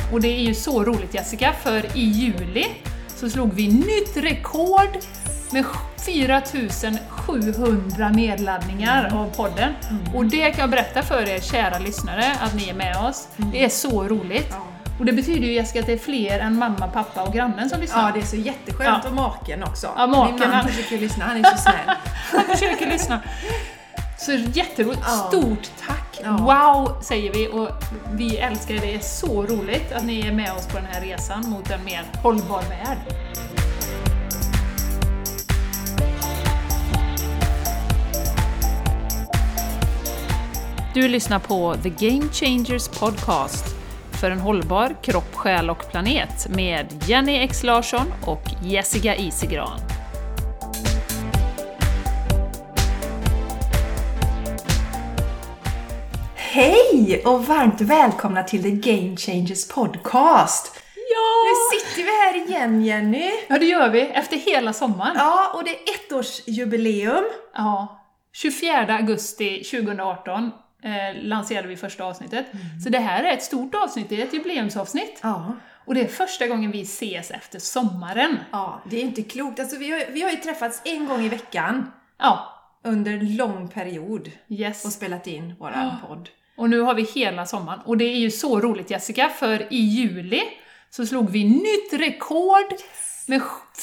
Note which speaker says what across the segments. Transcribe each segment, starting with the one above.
Speaker 1: Och det är ju så roligt, Jessica, för i juli så slog vi nytt rekord med 4700 nedladdningar av podden. Och det kan jag berätta för er kära lyssnare, att ni är med oss. Det är så roligt. Och det betyder ju, Jessica, att det är fler än mamma, pappa och grannen som lyssnar.
Speaker 2: Ja, det är så jätteskönt. Och maken också.
Speaker 1: Ja, maken,
Speaker 2: min man försöker lyssna, han är så snäll.
Speaker 1: Han försöker lyssna. Så jätteroligt. Stort tack.
Speaker 2: Ja.
Speaker 1: Wow, säger vi. Och vi älskar det. Det är så roligt att ni är med oss på den här resan mot en mer hållbar värld. Du lyssnar på The Game Changers Podcast för en hållbar kropp, själ och planet med Jenny X. Larsson och Jessica Isigran.
Speaker 2: Hej och varmt välkomna till The Game Changers Podcast.
Speaker 1: Ja!
Speaker 2: Nu sitter vi här igen, Jenny.
Speaker 1: Ja, det gör vi. Efter hela sommaren.
Speaker 2: Ja, och det är ettårsjubileum.
Speaker 1: Ja. 24 augusti 2018 lanserade vi första avsnittet. Så det här är ett stort avsnitt, det är ett jubileumsavsnitt.
Speaker 2: Ja.
Speaker 1: Och det är första gången vi ses efter sommaren.
Speaker 2: Ja, det är inte klokt. Alltså, vi har ju träffats en gång i veckan.
Speaker 1: Ja.
Speaker 2: Under en lång period.
Speaker 1: Yes.
Speaker 2: Och spelat in våran podd.
Speaker 1: Och nu har vi hela sommaren. Och det är ju så roligt, Jessica, för i juli så slog vi nytt rekord med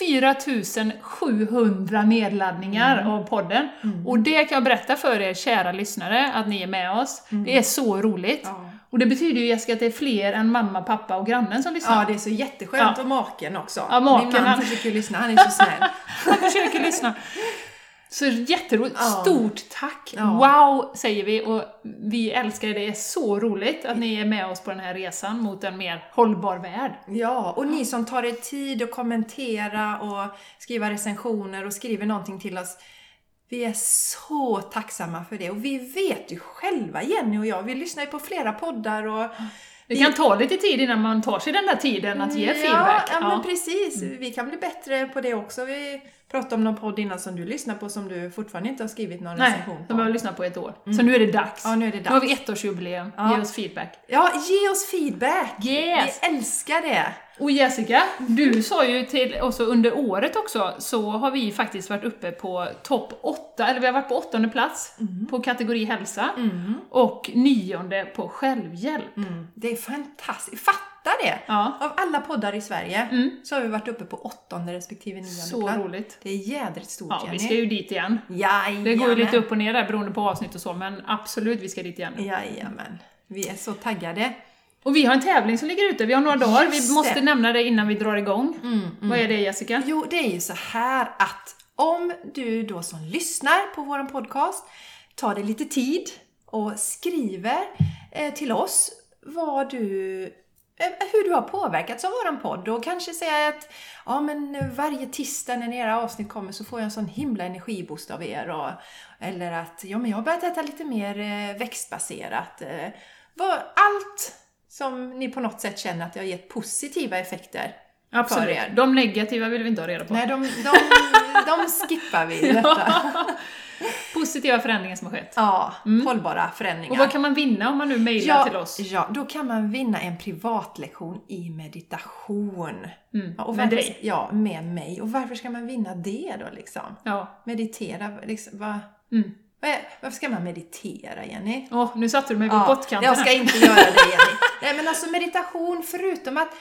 Speaker 1: 4700 nedladdningar av podden. Och det kan jag berätta för er kära lyssnare, att ni är med oss. Det är så roligt.
Speaker 2: Ja.
Speaker 1: Och det betyder ju, Jessica, att det är fler än mamma, pappa och grannen som lyssnar.
Speaker 2: Ja, det är så jätteskönt.
Speaker 1: Ja.
Speaker 2: Och maken också.
Speaker 1: Ja, maken,
Speaker 2: min man försöker lyssna, han är så snäll.
Speaker 1: Han försöker lyssna. Så jätteroligt. Stort tack.
Speaker 2: Ja.
Speaker 1: Wow, säger vi. Och vi älskar det. Det är så roligt att ni är med oss på den här resan mot en mer hållbar värld.
Speaker 2: Ja, och ni som tar er tid att kommentera och skriva recensioner och skriver någonting till oss. Vi är så tacksamma för det. Och vi vet ju själva, Jenny och jag, vi lyssnar ju på flera poddar och...
Speaker 1: Det kan ta lite tid innan man tar sig den där tiden att ge feedback.
Speaker 2: Ja, men precis. Vi kan bli bättre på det också. Vi pratade om någon podd innan som du lyssnar på som du fortfarande inte har skrivit någon recension på.
Speaker 1: Nej, de har lyssnat på ett år. Så nu är det dags.
Speaker 2: Ja, nu är det dags.
Speaker 1: Nu har vi ettårsjubileum. Ge oss feedback.
Speaker 2: Ja, ge oss feedback.
Speaker 1: Yes.
Speaker 2: Vi älskar det.
Speaker 1: Och Jessica, du sa ju till oss under året också, så har vi faktiskt varit uppe på topp 8, eller vi har varit på 8:e plats på kategori hälsa och 9:e på självhjälp.
Speaker 2: Det är fantastiskt. Fatta det!
Speaker 1: Ja.
Speaker 2: Av alla poddar i Sverige så har vi varit uppe på 8:e respektive 9:e
Speaker 1: Så
Speaker 2: plats.
Speaker 1: roligt.
Speaker 2: Det är jädrigt stort,
Speaker 1: Ja,
Speaker 2: Jenny.
Speaker 1: vi ska ju dit igen.
Speaker 2: Jajamän.
Speaker 1: Det går ju lite upp och ner där beroende på avsnitt och så, men absolut, vi ska dit igen.
Speaker 2: Jajamän. Vi är så taggade.
Speaker 1: Och vi har en tävling som ligger ute, vi har några dagar,
Speaker 2: Just
Speaker 1: vi måste
Speaker 2: det.
Speaker 1: nämna det innan vi drar igång. Vad är det, Jessica?
Speaker 2: Jo, det är ju så här att om du då som lyssnar på våran podcast tar dig lite tid och skriver till oss hur du har påverkats av våran podd och kanske säga att varje tisdag när era avsnitt kommer så får jag en sån himla energiboost av er eller att men jag har börjat äta lite mer växtbaserat. Allt som ni på något sätt känner att det har gett positiva effekter.
Speaker 1: Absolut.
Speaker 2: För er.
Speaker 1: De negativa vill vi inte ha reda på.
Speaker 2: Nej, de skippar vi detta.
Speaker 1: Positiva förändringar som har skett.
Speaker 2: Ja, hållbara förändringar.
Speaker 1: Och vad kan man vinna om man nu mejlar till oss?
Speaker 2: Ja, då kan man vinna en privatlektion i meditation. Och
Speaker 1: med dig?
Speaker 2: Ja, med mig. Och varför ska man vinna det då liksom?
Speaker 1: Ja.
Speaker 2: Meditera, liksom, varför ska man meditera, Jenny?
Speaker 1: Nu satte du mig på pottkanten.
Speaker 2: Jag ska inte göra det, Jenny. Nej, men alltså meditation, förutom att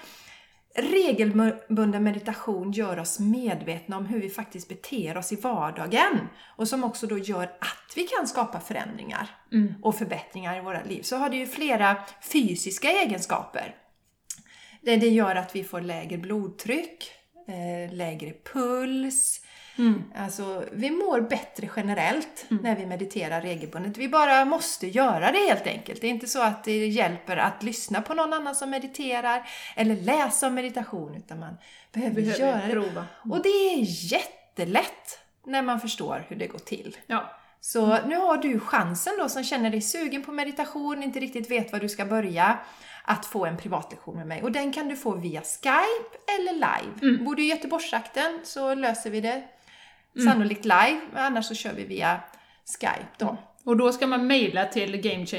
Speaker 2: regelbunden meditation gör oss medvetna om hur vi faktiskt beter oss i vardagen. Och som också då gör att vi kan skapa förändringar och förbättringar i våra liv. Så har det ju flera fysiska egenskaper. Det gör att vi får lägre blodtryck, lägre puls. Alltså, vi mår bättre generellt när vi mediterar regelbundet. Vi bara måste göra det helt enkelt. Det är inte så att det hjälper att lyssna på någon annan som mediterar eller läsa om meditation, utan man behöver göra det.
Speaker 1: Prova.
Speaker 2: Och det är jättelätt när man förstår hur det går till.
Speaker 1: Ja.
Speaker 2: Så nu har du chansen då som känner dig sugen på meditation, inte riktigt vet var du ska börja, att få en privatlektion med mig. Och den kan du få via Skype eller live. Bor du i Göteborgstrakten så löser vi det sannolikt live, men annars så kör vi via Skype då.
Speaker 1: Och då ska man mejla till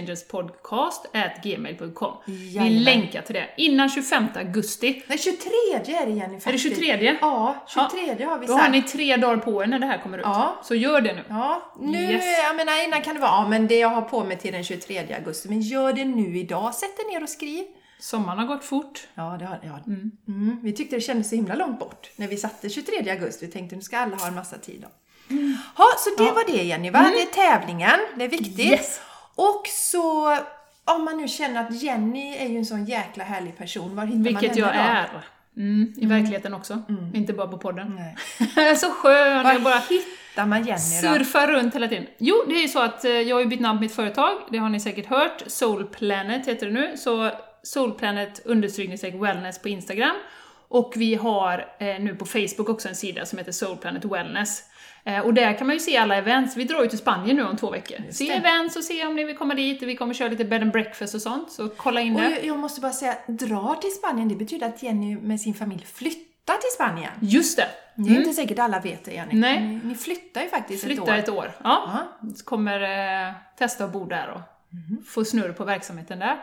Speaker 1: gamechangerspodcast@gmail.com. Vi
Speaker 2: Jajamän.
Speaker 1: länkar till det. Innan 25 augusti.
Speaker 2: Nej, 23 är det, Jenny, faktiskt.
Speaker 1: Är det 23?
Speaker 2: Ja, 23 har vi
Speaker 1: Då
Speaker 2: sagt.
Speaker 1: har ni 3 dagar på er när det här kommer ut.
Speaker 2: Ja.
Speaker 1: Så gör det nu.
Speaker 2: Ja, nu,
Speaker 1: Yes.
Speaker 2: jag menar innan kan det vara, ja, men det jag har på mig till den 23 augusti. Men gör det nu idag, sätt er ner och skriv.
Speaker 1: Sommaren har gått fort.
Speaker 2: Ja, det har det. Ja. Vi tyckte det kändes så himla långt bort när vi satte 23 augusti. Vi tänkte nu ska alla ha en massa tid då. Ja, så det var det, Jenny, va? Det är tävlingen, det är viktigt.
Speaker 1: Yes.
Speaker 2: Och så, om man nu känner att Jenny är ju en sån jäkla härlig person, var hittar man
Speaker 1: Vilket jag
Speaker 2: henne då?
Speaker 1: är. I verkligheten också. Inte bara på podden.
Speaker 2: Nej.
Speaker 1: Så skön.
Speaker 2: Var
Speaker 1: Jag bara
Speaker 2: hittar man Jenny då?
Speaker 1: surfar runt hela tiden. Jo, det är ju så att jag har ju bytt namn på mitt företag. Det har ni säkert hört. Soul Planet heter det nu. Så Soul Planet _wellness på Instagram. Och vi har nu på Facebook också en sida som heter Soul Planet Wellness. Och där kan man ju se alla events. Vi drar ju till Spanien nu om 2 veckor. Se events och se om ni vill komma dit. Vi kommer köra lite bed and breakfast och sånt. Så kolla in det.
Speaker 2: Och jag måste bara säga, dra till Spanien, det betyder att Jenny med sin familj flyttar till Spanien.
Speaker 1: Just det.
Speaker 2: Det är inte säkert alla vet det, Jenny.
Speaker 1: Nej.
Speaker 2: Ni flyttar ju faktiskt
Speaker 1: Flyttar
Speaker 2: ett år.
Speaker 1: ett år. Ja. Så kommer testa att bo där och få snurr på verksamheten där.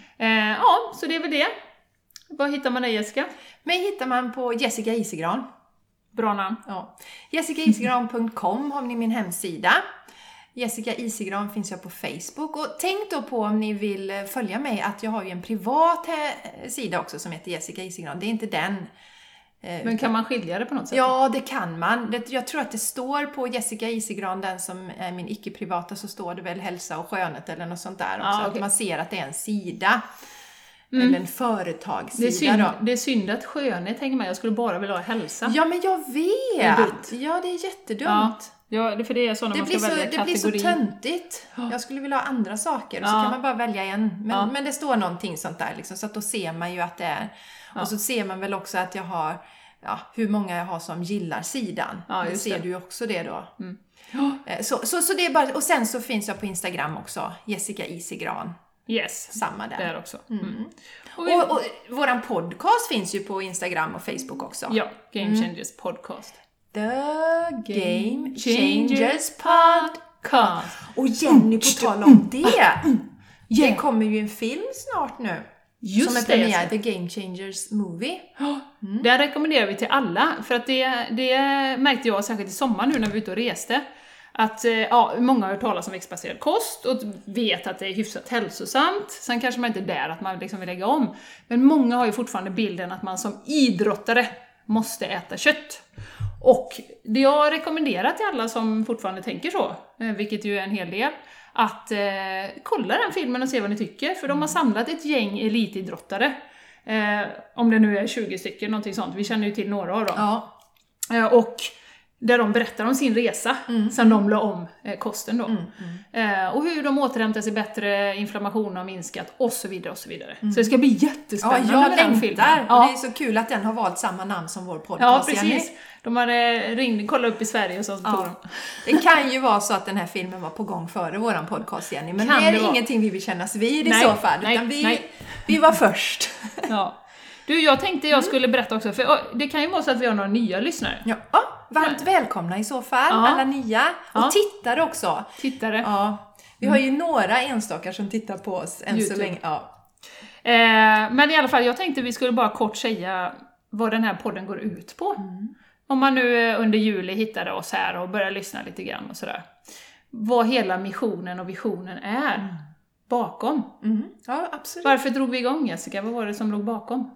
Speaker 1: Ja, så det är väl det. Var hittar man dig, Jessica?
Speaker 2: Mig hittar man på Jessica Isigran.
Speaker 1: Bra namn.
Speaker 2: Ja. jessicaisigran.com har ni min hemsida. Jessica Isigran finns jag på Facebook. Och tänk då på om ni vill följa mig att jag har ju en privat sida också som heter Jessica Isigran. Det är inte den.
Speaker 1: Men kan man skilja det på något sätt?
Speaker 2: Ja, det kan man. Jag tror att det står på Jessica Isigran, den som är min icke-privata, så står det väl hälsa och skönhet eller något sånt där också.
Speaker 1: Okay.
Speaker 2: Att man ser att det är en sida. Eller en företagssida
Speaker 1: det är synd att skönhet hänger med. Jag skulle bara vilja ha hälsa.
Speaker 2: Ja, men jag vet. Ja, det är jättedumt.
Speaker 1: Ja, för det är så när man ska välja kategori.
Speaker 2: Det blir så töntigt. Jag skulle vilja ha andra saker. Och så kan man bara välja en. Men det står någonting sånt där. Liksom, så att då ser man ju att det är. Och så ser man väl också att jag har. Ja, hur många jag har som gillar sidan. Ja, just ser du ju också det då. Så det är bara. Och sen så finns jag på Instagram också. Jessica Isigran.
Speaker 1: Yes.
Speaker 2: Samma där
Speaker 1: också.
Speaker 2: Och våran podcast finns ju på Instagram och Facebook också.
Speaker 1: Ja, Game Changers Podcast.
Speaker 2: The Game Changers Podcast. Och Jenny, på tal om det. Det kommer ju en film snart nu. Som är premiär, The Game Changers Movie.
Speaker 1: Den rekommenderar vi till alla. För att det märkte jag särskilt i sommar nu när vi var ute och reste. Att många har hört talas om växtbaserad kost och vet att det är hyfsat hälsosamt. Sen kanske man inte är där att man liksom vill lägga om. Men många har ju fortfarande bilden att man som idrottare måste äta kött. Och det jag rekommenderar till alla som fortfarande tänker så, vilket ju är en hel del, att kolla den filmen och se vad ni tycker. För de har samlat ett gäng elitidrottare. Om det nu är 20 stycken, någonting sånt. Vi känner ju till några av dem.
Speaker 2: Ja.
Speaker 1: Och där de berättar om sin resa sen de la om kosten då. Och hur de återhämtar sig bättre, inflammation har minskat och så vidare och så vidare. Så det ska bli jättespännande med den filmen.
Speaker 2: Ja, det är så kul att den har valt samma namn som vår podcast.
Speaker 1: Ja, precis. De hade ringt, kollade upp i Sverige och så tog de.
Speaker 2: Det kan ju vara så att den här filmen var på gång före våran podcast, Jenny. Men det är ingenting vi vill kännas vid i så fall. Utan vi var först.
Speaker 1: Ja. Du, jag tänkte jag skulle berätta också, för det kan ju vara så att vi har några nya lyssnare.
Speaker 2: Ja, varmt välkomna i så fall, alla nya. Och tittare också. Ja. Vi har ju några enstaka som tittar på oss än YouTube. Så länge. Ja.
Speaker 1: Men i alla fall, jag tänkte vi skulle bara kort säga vad den här podden går ut på. Om man nu under juli hittade oss här och börjar lyssna lite grann och sådär. Vad hela missionen och visionen är bakom.
Speaker 2: Ja, absolut.
Speaker 1: Varför drog vi igång, Jessica? Vad var det som låg bakom?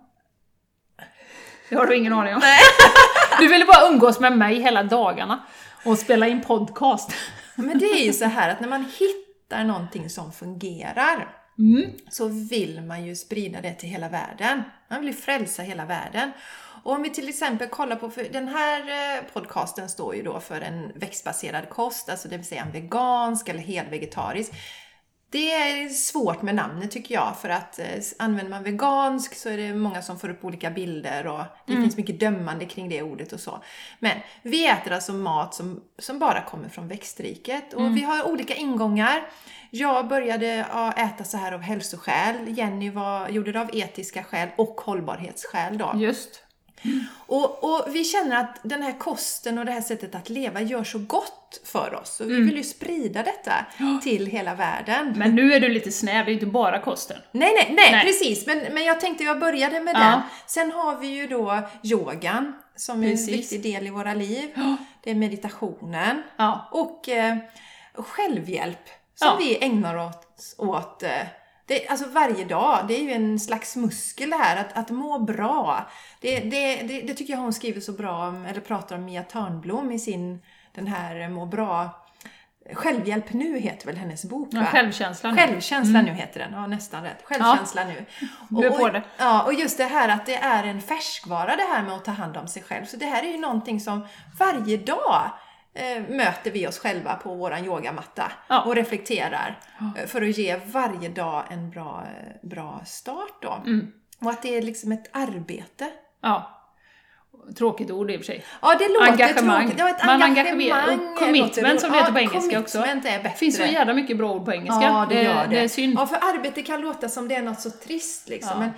Speaker 1: Det har du ingen aning om.
Speaker 2: Nej.
Speaker 1: Du ville bara umgås med mig hela dagarna och spela in podcast.
Speaker 2: Men det är ju så här att när man hittar någonting som fungerar så vill man ju sprida det till hela världen. Man vill ju frälsa hela världen. Och om vi till exempel kollar på, för den här podcasten står ju då för en växtbaserad kost, alltså det vill säga en vegansk eller helvegetarisk. Det är svårt med namnet tycker jag, för att använder man vegansk så är det många som får upp olika bilder och det finns mycket dömande kring det ordet och så. Men vi äter alltså mat som bara kommer från växtriket och vi har olika ingångar. Jag började äta så här av hälsoskäl. Jenny gjorde det av etiska skäl och hållbarhetsskäl då.
Speaker 1: Just.
Speaker 2: Och vi känner att den här kosten och det här sättet att leva gör så gott för oss. Och vi vill ju sprida detta till hela världen.
Speaker 1: Men nu är du lite snäv, det är inte bara kosten.
Speaker 2: Nej, precis. Men jag tänkte jag började med den. Sen har vi ju då yogan som är en viktig del i våra liv. Det är meditationen. Och självhjälp som vi ägnar oss åt. Alltså varje dag, det är ju en slags muskel det här, att må bra. Det tycker jag hon skriver så bra om, eller pratar om Mia Törnblom i den här må bra. Självhjälp nu heter väl hennes bok, va? Självkänsla nu heter den, ja nästan rätt. Självkänsla nu.
Speaker 1: Du är på det.
Speaker 2: Och just det här att det är en färskvara det här med att ta hand om sig själv. Så det här är ju någonting som varje dag möter vi oss själva på våran yogamatta och reflekterar för att ge varje dag en bra start då. Och att det är liksom ett arbete.
Speaker 1: Tråkigt ord i och för sig.
Speaker 2: Ja, det låter
Speaker 1: engagemang.
Speaker 2: Tråkigt. Ett
Speaker 1: Man
Speaker 2: engagemang.
Speaker 1: Commitment som det heter på engelska också.
Speaker 2: Det
Speaker 1: finns så jävla mycket bra ord på engelska.
Speaker 2: Ja, det gör det.
Speaker 1: Det är synd.
Speaker 2: Ja, för arbete kan låta som det är något så trist liksom. Men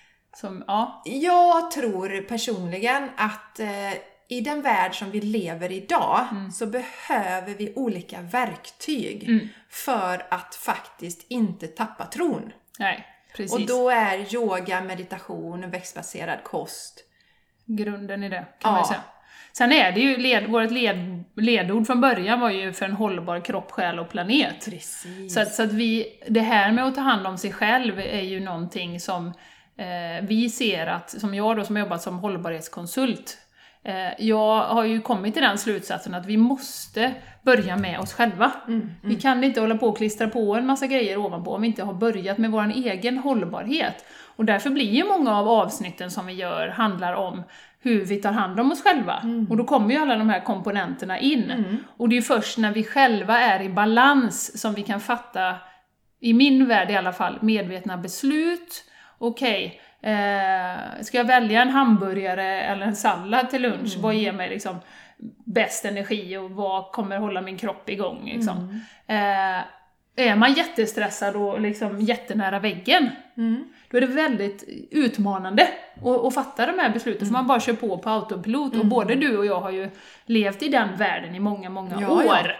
Speaker 2: jag tror personligen att i den värld som vi lever idag så behöver vi olika verktyg för att faktiskt inte tappa tron.
Speaker 1: Nej, precis.
Speaker 2: Och då är yoga, meditation, växtbaserad kost
Speaker 1: grunden i det, kan man säga. Sen är det ju, vårt ledord från början var ju för en hållbar kropp, själ och planet.
Speaker 2: Precis.
Speaker 1: Så att det här med att ta hand om sig själv är ju någonting som vi ser att, som jag då som jobbat som hållbarhetskonsult, jag har ju kommit till den slutsatsen att vi måste börja med oss själva. Vi kan inte hålla på och klistra på en massa grejer ovanpå om vi inte har börjat med vår egen hållbarhet. Och därför blir ju många av avsnitten som vi gör handlar om hur vi tar hand om oss själva. Och då kommer ju alla de här komponenterna in. Och det är ju först när vi själva är i balans som vi kan fatta, i min värld i alla fall, medvetna beslut. Okej, ska jag välja en hamburgare eller en sallad till lunch? Vad ger mig liksom bäst energi och vad kommer hålla min kropp igång? Liksom? Är man jättestressad och liksom jättenära väggen, då är det väldigt utmanande att fatta de här besluten, för man bara kör på autopilot. Och både du och jag har ju levt i den världen i många år.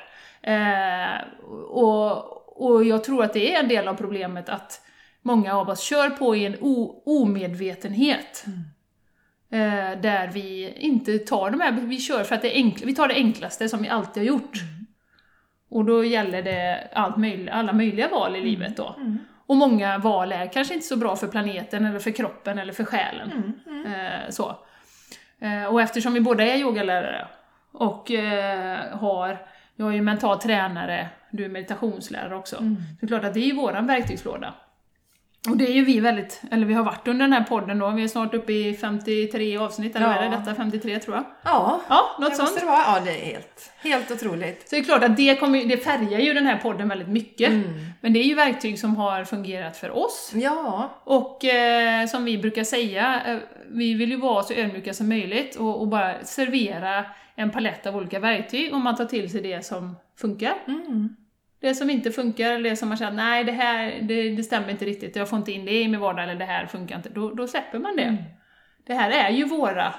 Speaker 1: Och jag tror att det är en del av problemet att många av oss kör på i en omedvetenhet. Där vi inte tar de här, vi kör för att vi tar det enklaste som vi alltid har gjort. Och då gäller det alla möjliga val i livet då. Och många val är kanske inte så bra för planeten eller för kroppen eller för själen. Och eftersom vi båda är yogalärare och jag är ju mental tränare, du är meditationslärare också. Så det är klart att det är ju våran verktygslåda. Och det är ju vi har varit under den här podden då, vi är snart uppe i 53 avsnitt, eller är det detta? 53 tror jag.
Speaker 2: Ja,
Speaker 1: något sånt.
Speaker 2: Det vara. Ja, det är helt otroligt.
Speaker 1: Så det är klart att det färgar ju den här podden väldigt mycket. Men det är ju verktyg som har fungerat för oss.
Speaker 2: Ja.
Speaker 1: Och som vi brukar säga, vi vill ju vara så ödmjuka som möjligt och bara servera en palett av olika verktyg om man tar till sig det som funkar. Det som inte funkar, eller det som man känner, nej det stämmer inte riktigt, jag får inte in det i min vardag, eller det här funkar inte, då släpper man det. Det här är ju våra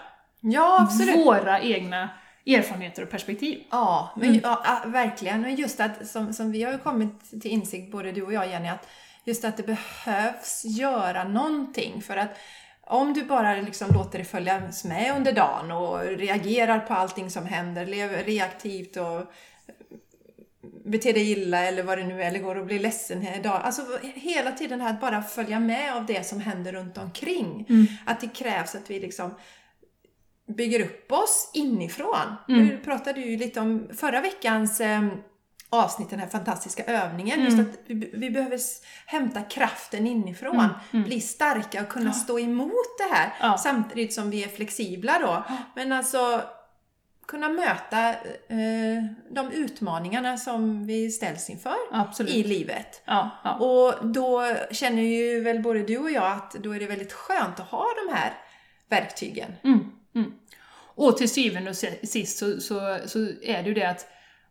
Speaker 1: egna erfarenheter och perspektiv.
Speaker 2: Ja, verkligen. Men just att, som vi har ju kommit till insikt, både du och jag, Jenny, att just att det behövs göra någonting, för att om du bara liksom låter det följa med under dagen och reagerar på allting som händer, lever reaktivt och beter dig illa eller vad det nu är, eller går och blir ledsen här idag. Alltså hela tiden här att bara följa med av det som händer runt omkring. Att det krävs att vi liksom bygger upp oss inifrån. Nu pratade ju lite om förra veckans avsnitt, den här fantastiska övningen. Just att vi behöver hämta kraften inifrån. Bli starka och kunna stå emot det här. Samtidigt som vi är flexibla då. Men alltså kunna möta de utmaningarna som vi ställs inför i livet. Och då känner ju väl både du och jag att då är det väldigt skönt att ha de här verktygen.
Speaker 1: Och till syvende och sist så är det ju det att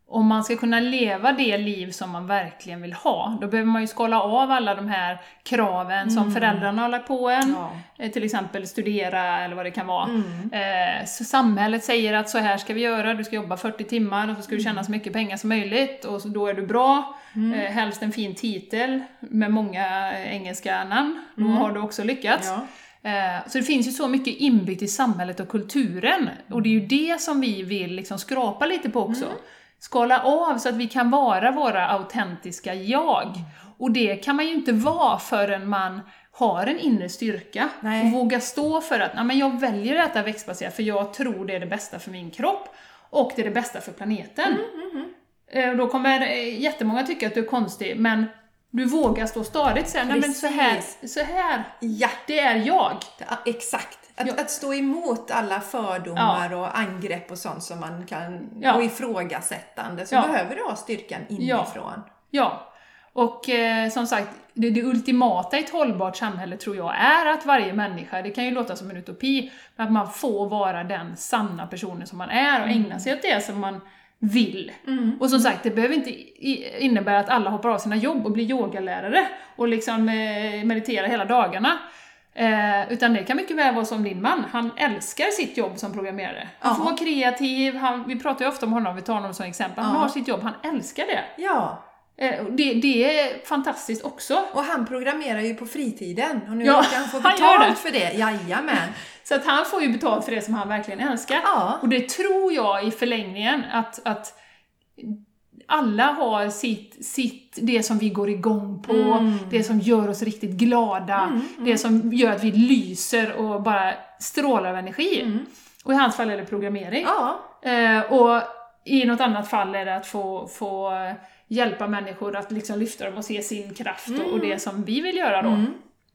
Speaker 1: om man ska kunna leva det liv som man verkligen vill ha, då behöver man ju skala av alla de här kraven som föräldrarna har lagt på en. Till exempel studera eller vad det kan vara. Så samhället säger att så här ska vi göra, du ska jobba 40 timmar och så ska du tjäna så mycket pengar som möjligt och så då är du bra. Helst en fin titel med många engelska namn, då har du också lyckats. Så det finns ju så mycket inbyggt i samhället och kulturen, och det är ju det som vi vill liksom skrapa lite på också. Skala av så att vi kan vara våra autentiska jag. Och det kan man ju inte vara förrän man har en inre styrka. Och våga stå för att men jag väljer att äta växtbaserat för jag tror det är det bästa för min kropp. Och det är det bästa för planeten. Då kommer jättemånga tycka att du är konstig, men du vågar stå stadigt sen. Nej, men så här, det är jag.
Speaker 2: Exakt. Att stå emot alla fördomar och angrepp och sånt som man kan, och ifrågasättande, så behöver du ha styrkan inifrån.
Speaker 1: Och som sagt, det ultimata i ett hållbart samhälle tror jag är att varje människa, det kan ju låta som en utopi, men att man får vara den sanna personen som man är och ägna sig åt det som man vill. Och som sagt, det behöver inte innebära att alla hoppar av sina jobb och blir yogalärare och liksom mediterar hela dagarna. Utan det kan mycket väl vara som din man. Han älskar sitt jobb som programmerare. Han får vara kreativ. Vi pratar ju ofta om honom, vi tar honom som exempel. Han har sitt jobb, han älskar det. Det är fantastiskt också.
Speaker 2: Och han programmerar ju på fritiden. Och nu kan han få betalt för det. Jajamän.
Speaker 1: Så att han får ju betalt för det som han verkligen älskar. Och det tror jag i förlängningen att alla har sitt det som vi går igång på, det som gör oss riktigt glada, det som gör att vi lyser och bara strålar av energi. Och i hans fall är det programmering. Och i något annat fall är det att få hjälpa människor att liksom lyfta dem och se sin kraft och det som vi vill göra då.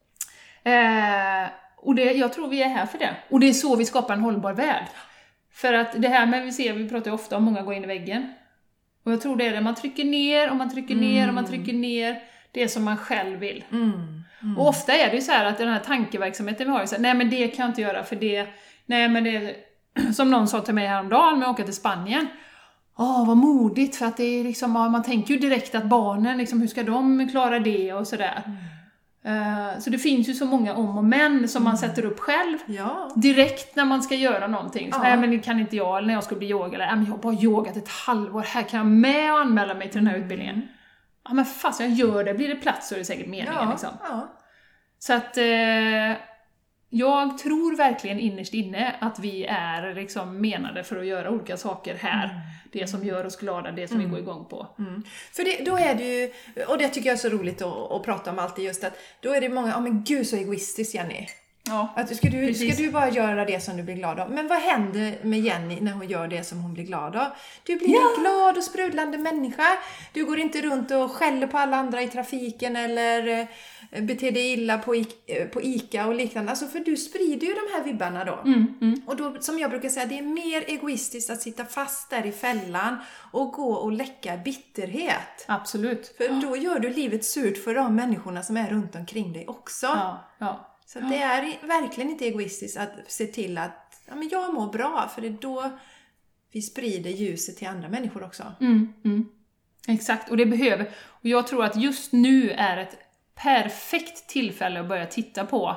Speaker 1: Och jag tror vi är här för det. Och det är så vi skapar en hållbar värld. För att det här med, vi pratar ju ofta om många går in i väggen. Och jag tror det är det, man trycker ner och man trycker ner och man trycker ner det som man själv vill. Och ofta är det ju så här att den här tankeverksamheten vi har, så här, nej men det kan jag inte göra för det, nej men det, som någon sa till mig häromdagen med att åka till Spanien. Vad modigt, för att det är liksom, man tänker ju direkt att barnen, liksom, hur ska de klara det och sådär. Så det finns ju så många om och men som man sätter upp själv direkt när man ska göra någonting. Så, nej men det kan inte jag, eller när jag ska bli yoga, eller men jag har bara yogat ett halvår, här kan jag med och anmäla mig till den här utbildningen. Ja men fast jag gör det, blir det plats så är det säkert meningen liksom. Så att jag tror verkligen innerst inne att vi är liksom menade för att göra olika saker här. Det som gör oss glada, det som vi går igång på.
Speaker 2: För då är det ju, och det tycker jag är så roligt att prata om alltid, just att då är det många, men gud så egoistiskt Jenny. Att ska du bara göra det som du blir glad av? Men vad händer med Jenny när hon gör det som hon blir glad av? Du blir en glad och sprudlande människa. Du går inte runt och skäller på alla andra i trafiken eller beter dig illa på Ica och liknande. Alltså för du sprider ju de här vibbarna då. Och då, som jag brukar säga, det är mer egoistiskt att sitta fast där i fällan och gå och läcka bitterhet.
Speaker 1: Absolut.
Speaker 2: För då gör du livet surt för de människorna som är runt omkring dig också. Så det är verkligen inte egoistiskt att se till att men jag mår bra, för det är då vi sprider ljuset till andra människor också.
Speaker 1: Exakt, och det behöver. Och jag tror att just nu är ett perfekt tillfälle att börja titta på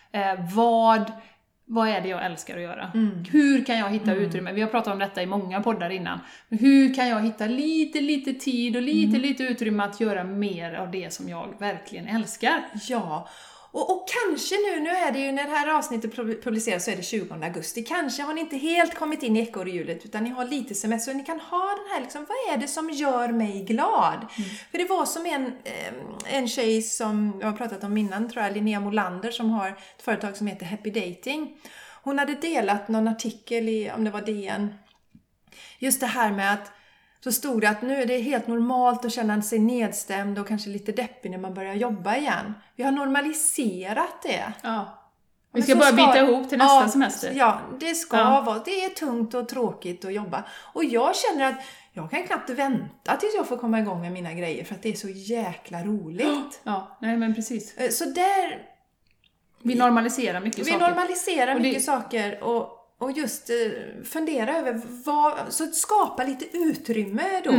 Speaker 1: vad är det jag älskar att göra? Hur kan jag hitta utrymme? Vi har pratat om detta i många poddar innan. Men hur kan jag hitta lite tid och lite utrymme att göra mer av det som jag verkligen älskar?
Speaker 2: Ja. Och kanske nu är det ju, när det här avsnittet publiceras så är det 20 augusti. Kanske har ni inte helt kommit in i ekorrhjulet, utan ni har lite semester. Så ni kan ha den här liksom, vad är det som gör mig glad? För det var som en tjej som jag har pratat om innan, tror jag, Linnea Molander, som har ett företag som heter Happy Dating. Hon hade delat någon artikel i, om det var DN, just det här med att så stod det att nu är det helt normalt att känna sig nedstämd och kanske lite deppig när man börjar jobba igen. Vi har normaliserat det.
Speaker 1: Vi ska bara byta ihop till nästa semester.
Speaker 2: Ja, det ska vara. Det är tungt och tråkigt att jobba. Och jag känner att jag kan knappt vänta tills jag får komma igång med mina grejer, för att det är så jäkla roligt.
Speaker 1: Nej men precis.
Speaker 2: Så där...
Speaker 1: Vi normaliserar mycket saker.
Speaker 2: Mycket saker, och och just fundera över så skapa lite utrymme då.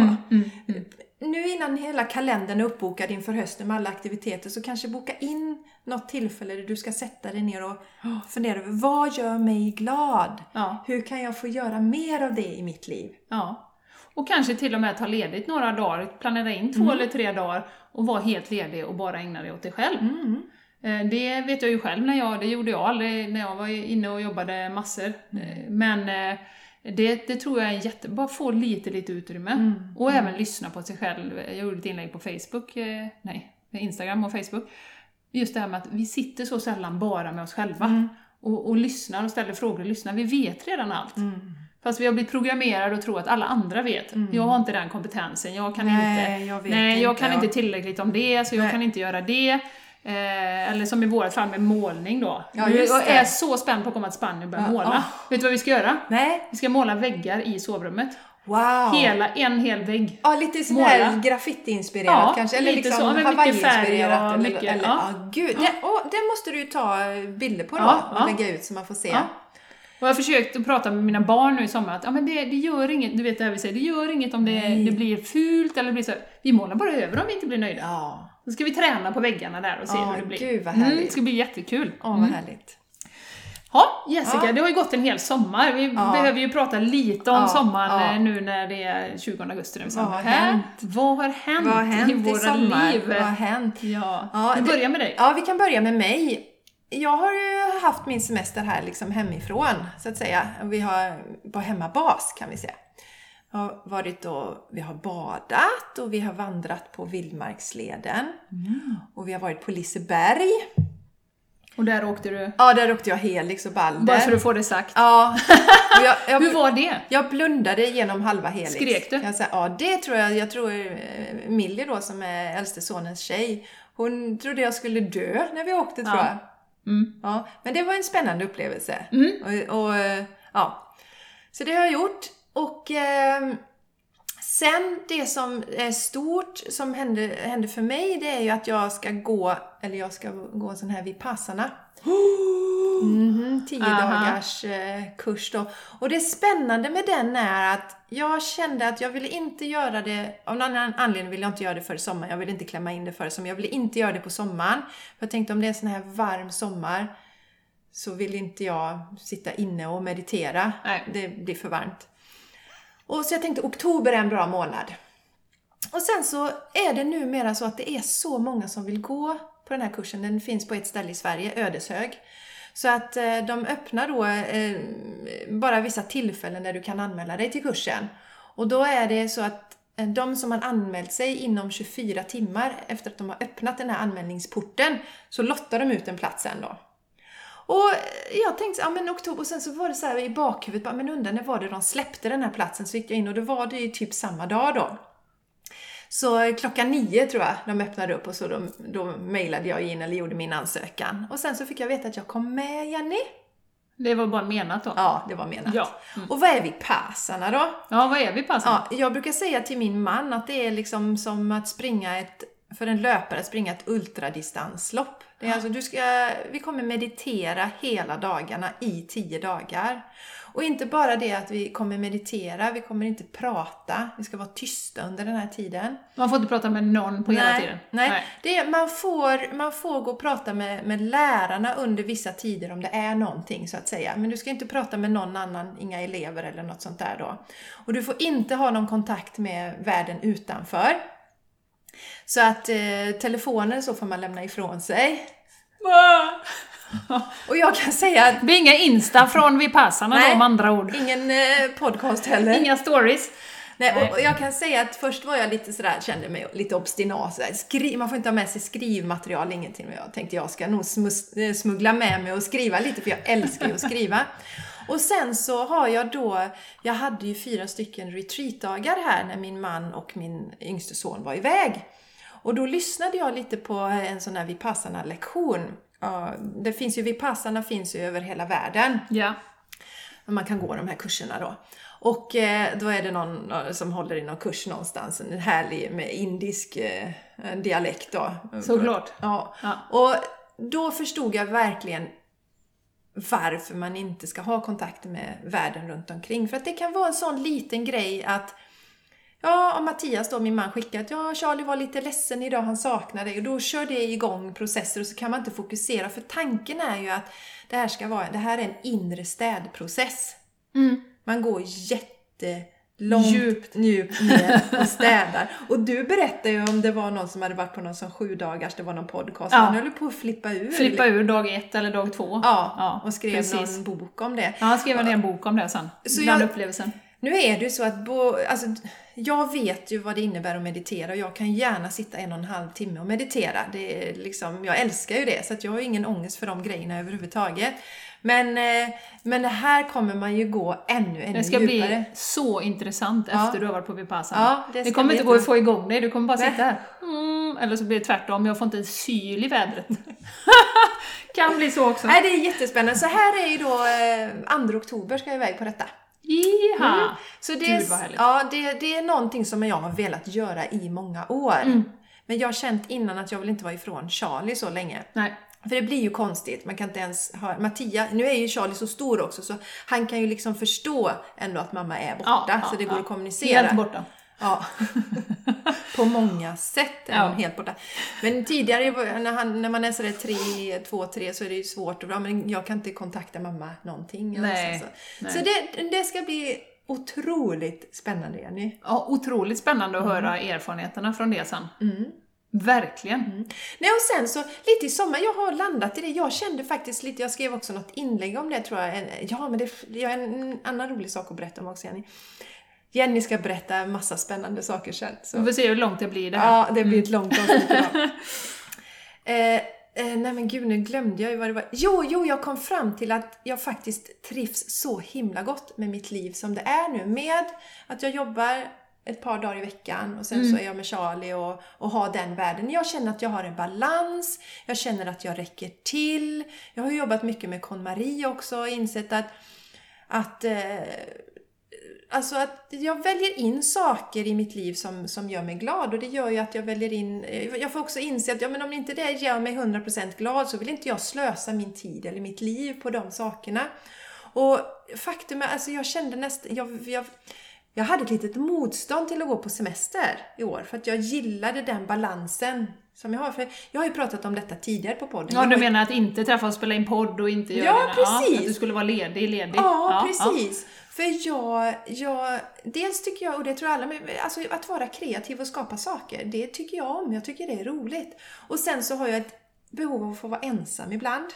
Speaker 2: Nu innan hela kalendern är uppbokad inför hösten med alla aktiviteter, så kanske boka in något tillfälle där du ska sätta dig ner och fundera över vad gör mig glad?
Speaker 1: Ja.
Speaker 2: Hur kan jag få göra mer av det i mitt liv?
Speaker 1: Ja. Och kanske till och med ta ledigt några dagar, planera in 2 eller 3 dagar och vara helt ledig och bara ägna dig åt dig själv. Det vet jag ju själv det gjorde jag aldrig när jag var inne och jobbade massor. Men det tror jag är bara få lite utrymme. Och även lyssna på sig själv. Jag gjorde ett inlägg på Instagram och Facebook. Just det här med att vi sitter så sällan bara med oss själva. Och lyssnar och ställer frågor och lyssnar. Vi vet redan allt. Fast vi har blivit programmerade och tror att alla andra vet. Jag har inte den kompetensen. Jag kan inte tillräckligt om det, så jag kan inte göra det. Eller som i vårt fall med målning då.
Speaker 2: Ja,
Speaker 1: jag är så spänd på att komma till Spanien och börja måla. Vet du vad vi ska göra?
Speaker 2: Nej.
Speaker 1: Vi ska måla väggar i sovrummet.
Speaker 2: Wow!
Speaker 1: En hel vägg.
Speaker 2: Ja, lite sån här graffiti-inspirerat kanske. Eller
Speaker 1: lite
Speaker 2: liksom
Speaker 1: så, mycket färg och mycket.
Speaker 2: Gud, det måste du ju ta bilder på då och lägga ut så man får se.
Speaker 1: Ja. Och jag har försökt att prata med mina barn nu i sommar att men det gör inget, du vet det här vi säger, det gör inget om det blir fult eller blir så. Vi målar bara över om vi inte blir nöjda. Ja. Så ska vi träna på väggarna där och se hur det blir.
Speaker 2: Gud vad härligt.
Speaker 1: Det ska bli jättekul.
Speaker 2: Vad härligt.
Speaker 1: Ja, Jessica, det har ju gått en hel sommar. Vi behöver ju prata lite om sommaren nu när det är 20 augusti. Vad har hänt? Vad har hänt i våra liv?
Speaker 2: Vad har hänt?
Speaker 1: Ja. Vi börjar med dig.
Speaker 2: Ja, vi kan börja med mig. Jag har ju haft min semester här liksom hemifrån, så att säga. Vi har på hemmabas kan vi säga. Vi har badat och vi har vandrat på Vildmarksleden. Och vi har varit på Liseberg.
Speaker 1: Och där åkte du?
Speaker 2: Ja, där åkte jag Helix och Balder.
Speaker 1: Bara så du får det sagt.
Speaker 2: Ja.
Speaker 1: Hur var det?
Speaker 2: Jag blundade genom halva Helix.
Speaker 1: Skrek du?
Speaker 2: Det tror jag. Jag tror Millie då, som är äldste sonens tjej, hon trodde jag skulle dö när vi åkte, tror jag. Ja, men det var en spännande upplevelse. Så det har jag gjort. Och sen det som är stort som hände för mig, det är ju att jag ska gå en sån här Vipassana. 10 dagars kurs då. Och det spännande med den är att jag kände att jag ville inte göra det, av någon anledning vill jag inte göra det för sommaren. Jag vill inte klämma in det för sommaren. Jag ville inte göra det på sommaren. För jag tänkte om det är sån här varm sommar så vill inte jag sitta inne och meditera. Nej. Det blir för varmt. Och så jag tänkte oktober är en bra månad. Och sen så är det numera så att det är så många som vill gå på den här kursen. Den finns på ett ställe i Sverige, Ödeshög. Så att de öppnar då bara vissa tillfällen där du kan anmäla dig till kursen. Och då är det så att de som har anmält sig inom 24 timmar efter att de har öppnat den här anmälningsporten, så lottar de ut en plats sen då. Och jag tänkte, men oktober, och sen så var det så här i bakhuvudet, men undrar när var det de släppte den här platsen, så gick jag in och då var det ju typ samma dag då. Så 9:00 tror jag de öppnade upp, och så då mejlade jag in eller gjorde min ansökan. Och sen så fick jag veta att jag kom med, Jenny.
Speaker 1: Det var bara menat då?
Speaker 2: Ja, det var menat.
Speaker 1: Ja.
Speaker 2: Och vad är Vipassana då?
Speaker 1: Ja, vad är Vipassana?
Speaker 2: Ja, jag brukar säga till min man att det är liksom som att för en löpare att springa ett ultradistanslopp. Det är alltså, vi kommer meditera hela dagarna i 10 dagar. Och inte bara det att vi kommer meditera, vi kommer inte prata, vi ska vara tysta under den här tiden.
Speaker 1: Man får inte prata med någon på hela tiden?
Speaker 2: Nej. Man får gå och prata med lärarna under vissa tider om det är någonting, så att säga. Men du ska inte prata med någon annan, inga elever eller något sånt där då. Och du får inte ha någon kontakt med världen utanför. Så att telefonen så får man lämna ifrån sig. Och jag kan säga att...
Speaker 1: Det blir inga Insta från Vipassana då, med andra ord.
Speaker 2: Ingen podcast heller.
Speaker 1: Inga stories.
Speaker 2: Nej. Och jag kan säga att först var jag lite sådär, kände mig lite obstinat. Man får inte ha med sig skrivmaterial, ingenting. Och jag tänkte jag ska nog smuggla med mig och skriva lite, för jag älskar ju att skriva. Och sen så har jag hade ju 4 stycken retreatdagar här när min man och min yngste son var iväg. Och då lyssnade jag lite på en sån här Vipassana-lektion. Vipassana finns ju över hela världen.
Speaker 1: Ja.
Speaker 2: Man kan gå de här kurserna då. Och då är det någon som håller i någon kurs någonstans. En härlig med indisk dialekt då.
Speaker 1: Såklart.
Speaker 2: Ja. Och då förstod jag verkligen varför man inte ska ha kontakt med världen runt omkring. För att det kan vara en sån liten grej att om Mattias då, min man, skickar att Charlie var lite ledsen idag, han saknar dig. Och då kör det igång processer och så kan man inte fokusera. För tanken är ju att det här är en inre städprocess. Man går djupt ner och städar. Och du berättade ju om det var någon som hade varit på någon sån 7 dagars, det var någon podcast. Han höll på att flippa ur
Speaker 1: dag 1 eller dag 2.
Speaker 2: Ja, och skrev någon bok om det.
Speaker 1: Ja, han skrev en bok om det sen.
Speaker 2: Så
Speaker 1: den upplevelsen.
Speaker 2: Nu är det ju så att jag vet ju vad det innebär att meditera. Och jag kan gärna sitta 1,5 timme och meditera. Det är liksom, jag älskar ju det. Så att jag har ingen ångest för de grejerna överhuvudtaget. Men det här kommer man ju gå ännu djupare.
Speaker 1: Det ska bli så intressant efter du har varit på Vipassana.
Speaker 2: Ja,
Speaker 1: det kommer inte gå att få igång dig. Du kommer bara sitta här. Eller så blir det tvärtom. Jag får inte en syl i vädret. Kan bli så också.
Speaker 2: Nej, det är jättespännande. Så här är ju då 2 oktober ska jag iväg på detta. Så det är någonting som jag har velat göra i många år. Men jag har känt innan att jag vill inte vara ifrån Charlie så länge.
Speaker 1: Nej.
Speaker 2: För det blir ju konstigt. Man kan inte ens höra. Mattias, nu är ju Charlie så stor också, så han kan ju liksom förstå ändå att mamma är borta. Så det går att kommunicera.
Speaker 1: Helt borta.
Speaker 2: Ja. På många sätt är hon helt borta. Men tidigare när man är sådär 2-3 så är det ju svårt. Men jag kan inte kontakta mamma någonting.
Speaker 1: Nej.
Speaker 2: Så det ska bli otroligt spännande, Jenny.
Speaker 1: Ja, otroligt spännande att höra erfarenheterna från det sen. Verkligen.
Speaker 2: Nej, och sen så lite i sommar, jag har landat i det. Jag kände faktiskt lite, jag skrev också något inlägg om det tror jag. Men det är en annan rolig sak att berätta om också, Jenny. Jenny ska berätta massa spännande saker sen. Så.
Speaker 1: Vi får se hur långt det blir det här.
Speaker 2: Ja, det blir ett långt avsnitt idag. Nej men gud, nu glömde jag ju vad det var. Jo, jag kom fram till att jag faktiskt trivs så himla gott med mitt liv som det är nu. Med att jag jobbar ett par dagar i veckan och sen så är jag med Charlie och har den världen. Jag känner att jag har en balans. Jag känner att jag räcker till. Jag har jobbat mycket med KonMari också och insett att jag väljer in saker i mitt liv som gör mig glad. Och det gör ju att jag väljer in. Jag får också inse att men om inte det gör mig 100% glad så vill inte jag slösa min tid eller mitt liv på de sakerna. Och faktum är, alltså jag kände nästan. Jag hade ett litet motstånd till att gå på semester i år. För att jag gillade den balansen som jag har. För jag har ju pratat om detta tidigare på podden.
Speaker 1: Ja, du menar att inte träffa och spela in podd och inte göra
Speaker 2: det? Ja, precis.
Speaker 1: Ja, att du skulle vara ledig.
Speaker 2: Ja, precis. Ja. För jag dels tycker jag, och det tror alla, alltså att vara kreativ och skapa saker, det tycker jag om. Jag tycker det är roligt. Och sen så har jag ett behov av att få vara ensam ibland.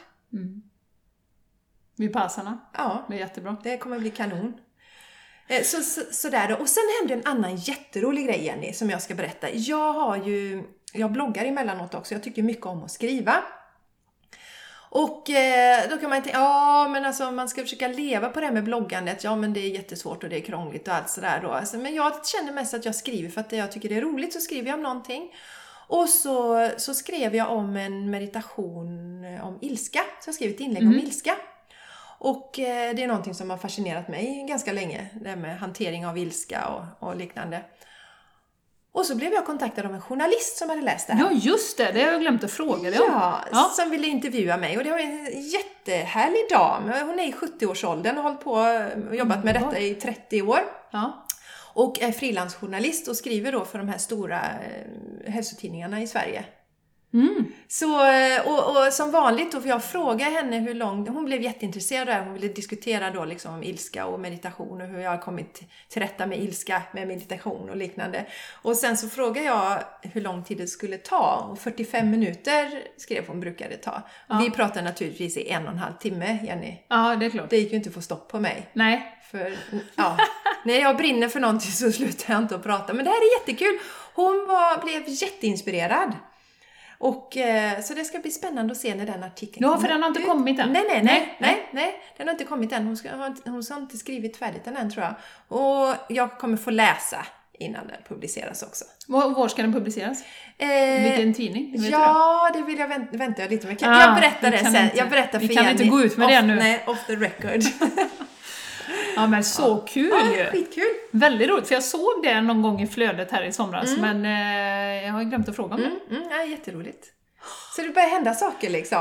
Speaker 1: Vipassana.
Speaker 2: Ja.
Speaker 1: Det är jättebra.
Speaker 2: Det kommer bli kanon. Sådär då. Och sen hände en annan jätterolig grej, Jenny, som jag ska berätta. Jag bloggar emellanåt också. Jag tycker mycket om att skriva. Och då kan man tänka, men alltså man ska försöka leva på det här med bloggandet. Ja, men det är jättesvårt och det är krångligt och allt sådär då. Alltså, men jag känner mest att jag skriver för att jag tycker det är roligt, så skriver jag om någonting. Och så skrev jag om en meditation om ilska. Så jag skrev ett inlägg om ilska. Och det är någonting som har fascinerat mig ganska länge. Det här med hantering av ilska och liknande. Och så blev jag kontaktad av en journalist som hade läst det här.
Speaker 1: Ja, just det. Det har jag glömt att fråga dig om.
Speaker 2: Ja, som ville intervjua mig. Och det var en jättehärlig dam. Hon är i 70-årsåldern och har hållit på och jobbat med detta i 30 år. Ja. Och är frilansjournalist och skriver då för de här stora hälsotidningarna i Sverige. Så, och som vanligt då, för jag frågade henne hur långt, hon blev jätteintresserad där, hon ville diskutera då liksom om ilska och meditation och hur jag har kommit till rätta med ilska med meditation och liknande. Och sen så frågade jag hur lång tid det skulle ta, och 45 minuter skrev hon brukade ta. Och vi pratade naturligtvis i 1,5 timme, Jenny.
Speaker 1: Ja, det är klart.
Speaker 2: Det gick ju inte att få stopp på mig.
Speaker 1: Nej.
Speaker 2: För, när jag brinner för någonting så slutar jag inte att prata. Men det här är jättekul. Hon blev jätteinspirerad. Och så det ska bli spännande att se när den artikeln
Speaker 1: kommer. Ja, för den har inte kommit än.
Speaker 2: Nej. Den har inte kommit än. Hon har inte skrivit färdigt den än, tror jag. Och jag kommer få läsa innan den publiceras också.
Speaker 1: Var ska den publiceras? Vilken tidning?
Speaker 2: Det vill jag vänta lite med. Jag berättar det sen. Jag berättar för Jenny.
Speaker 1: Vi kan inte gå ut med det nu.
Speaker 2: Nej, off the record.
Speaker 1: Ja, men så kul ju.
Speaker 2: Skitkul.
Speaker 1: Väldigt roligt, för jag såg det någon gång i flödet här i somras, men jag har glömt att fråga om det.
Speaker 2: Ja, jätteroligt. Så det börjar hända saker liksom.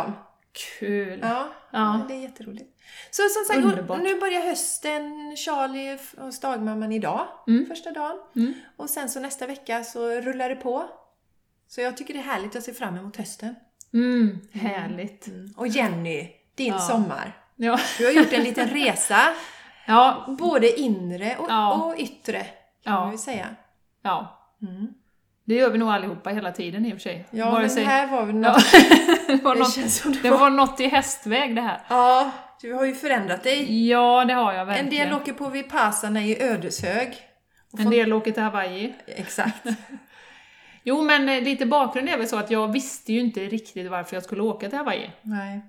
Speaker 1: Kul.
Speaker 2: Ja. Det är jätteroligt. Så som sagt, nu börjar hösten. Charlie och Stagmamman idag. Första dagen. Och sen så nästa vecka så rullar det på. Så jag tycker det är härligt att se fram emot hösten.
Speaker 1: Härligt.
Speaker 2: Och Jenny, din sommar.
Speaker 1: Ja.
Speaker 2: Du har gjort en liten resa.
Speaker 1: Ja.
Speaker 2: Både inre och yttre, kan man ju säga.
Speaker 1: Ja. Det gör vi nog allihopa hela tiden i och för sig.
Speaker 2: Ja, men här var vi något...
Speaker 1: det var något i hästväg det här.
Speaker 2: Ja, du har ju förändrat dig.
Speaker 1: Ja, det har jag verkligen.
Speaker 2: En del åker på Vipassana i Ödeshög.
Speaker 1: En del åker till Hawaii.
Speaker 2: Exakt.
Speaker 1: Jo, men lite bakgrund är väl så att jag visste ju inte riktigt varför jag skulle åka till Hawaii.
Speaker 2: Nej.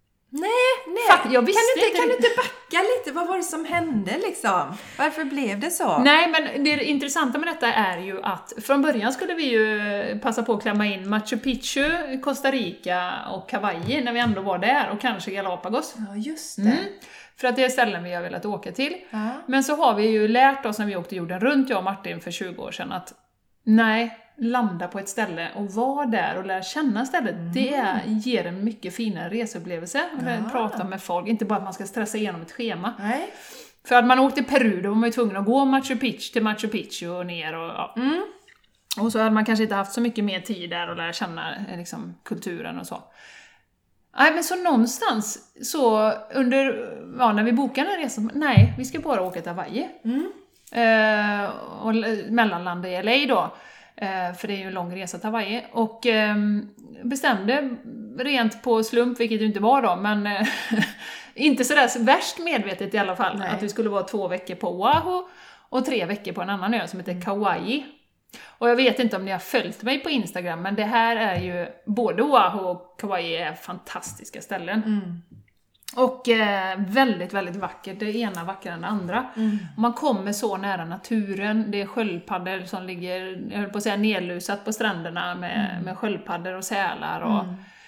Speaker 1: Jag visste
Speaker 2: kan du inte backa lite? Vad var det som hände liksom? Varför blev det så?
Speaker 1: Nej, men det intressanta med detta är ju att från början skulle vi ju passa på att klämma in Machu Picchu, Costa Rica och Hawaii när vi ändå var där, och kanske Galapagos.
Speaker 2: Ja, just det.
Speaker 1: För att det är ställen vi har velat åka till. Men så har vi ju lärt oss när vi åkte jorden runt, jag och Martin, för 20 år sedan, att landa på ett ställe och vara där och lära känna stället, det ger en mycket finare reseupplevelse. Prata med folk, inte bara att man ska stressa igenom ett schema.
Speaker 2: Nej.
Speaker 1: För att man åkte till Peru, då var man ju tvungen att gå Machu Picchu och ner och så hade man kanske inte haft så mycket mer tid där och lära känna liksom, kulturen och så. Nej, men så någonstans så när vi bokade den här resan, vi ska bara åka till Hawaii. Och mellanlanda i LA då, för det är ju en lång resa till Hawaii, och bestämde rent på slump, vilket det inte var då, men inte sådär värst medvetet i alla fall, att vi skulle vara 2 veckor på Oahu och 3 veckor på en annan ö som heter Kauai. Och jag vet inte om ni har följt mig på Instagram, men det här är ju, både Oahu och Kauai är fantastiska ställen. Och väldigt, väldigt vackert. Det ena vackrare än det andra. Man kommer så nära naturen. Det är sköldpaddor som ligger, jag höll på att säga, nedlusat på stränderna med sköldpaddor och sälar. Och,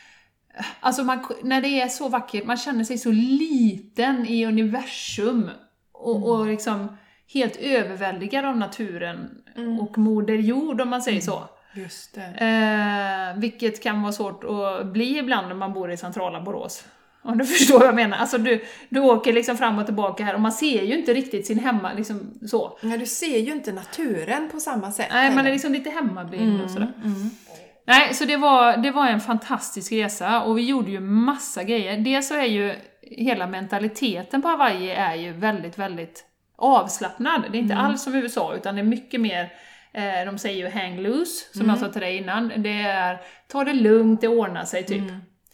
Speaker 1: alltså när det är så vackert, man känner sig så liten i universum. Och liksom helt överväldigad av naturen. Och moder jord, om man säger så.
Speaker 2: Just det.
Speaker 1: Vilket kan vara svårt att bli ibland när man bor i centrala Borås. Om du förstår vad jag menar. Alltså du åker liksom fram och tillbaka här och man ser ju inte riktigt sin hemma liksom så.
Speaker 2: Ja, du ser ju inte naturen på samma sätt.
Speaker 1: Nej, man är liksom lite hemmablind och sådär. Nej, så det var en fantastisk resa och vi gjorde ju massa grejer. Dels så är ju hela mentaliteten på Hawaii är ju väldigt, väldigt avslappnad. Det är inte alls som USA, utan det är mycket mer, de säger ju hang loose, som jag sa till dig innan. Det är, ta det lugnt, det ordnar sig typ.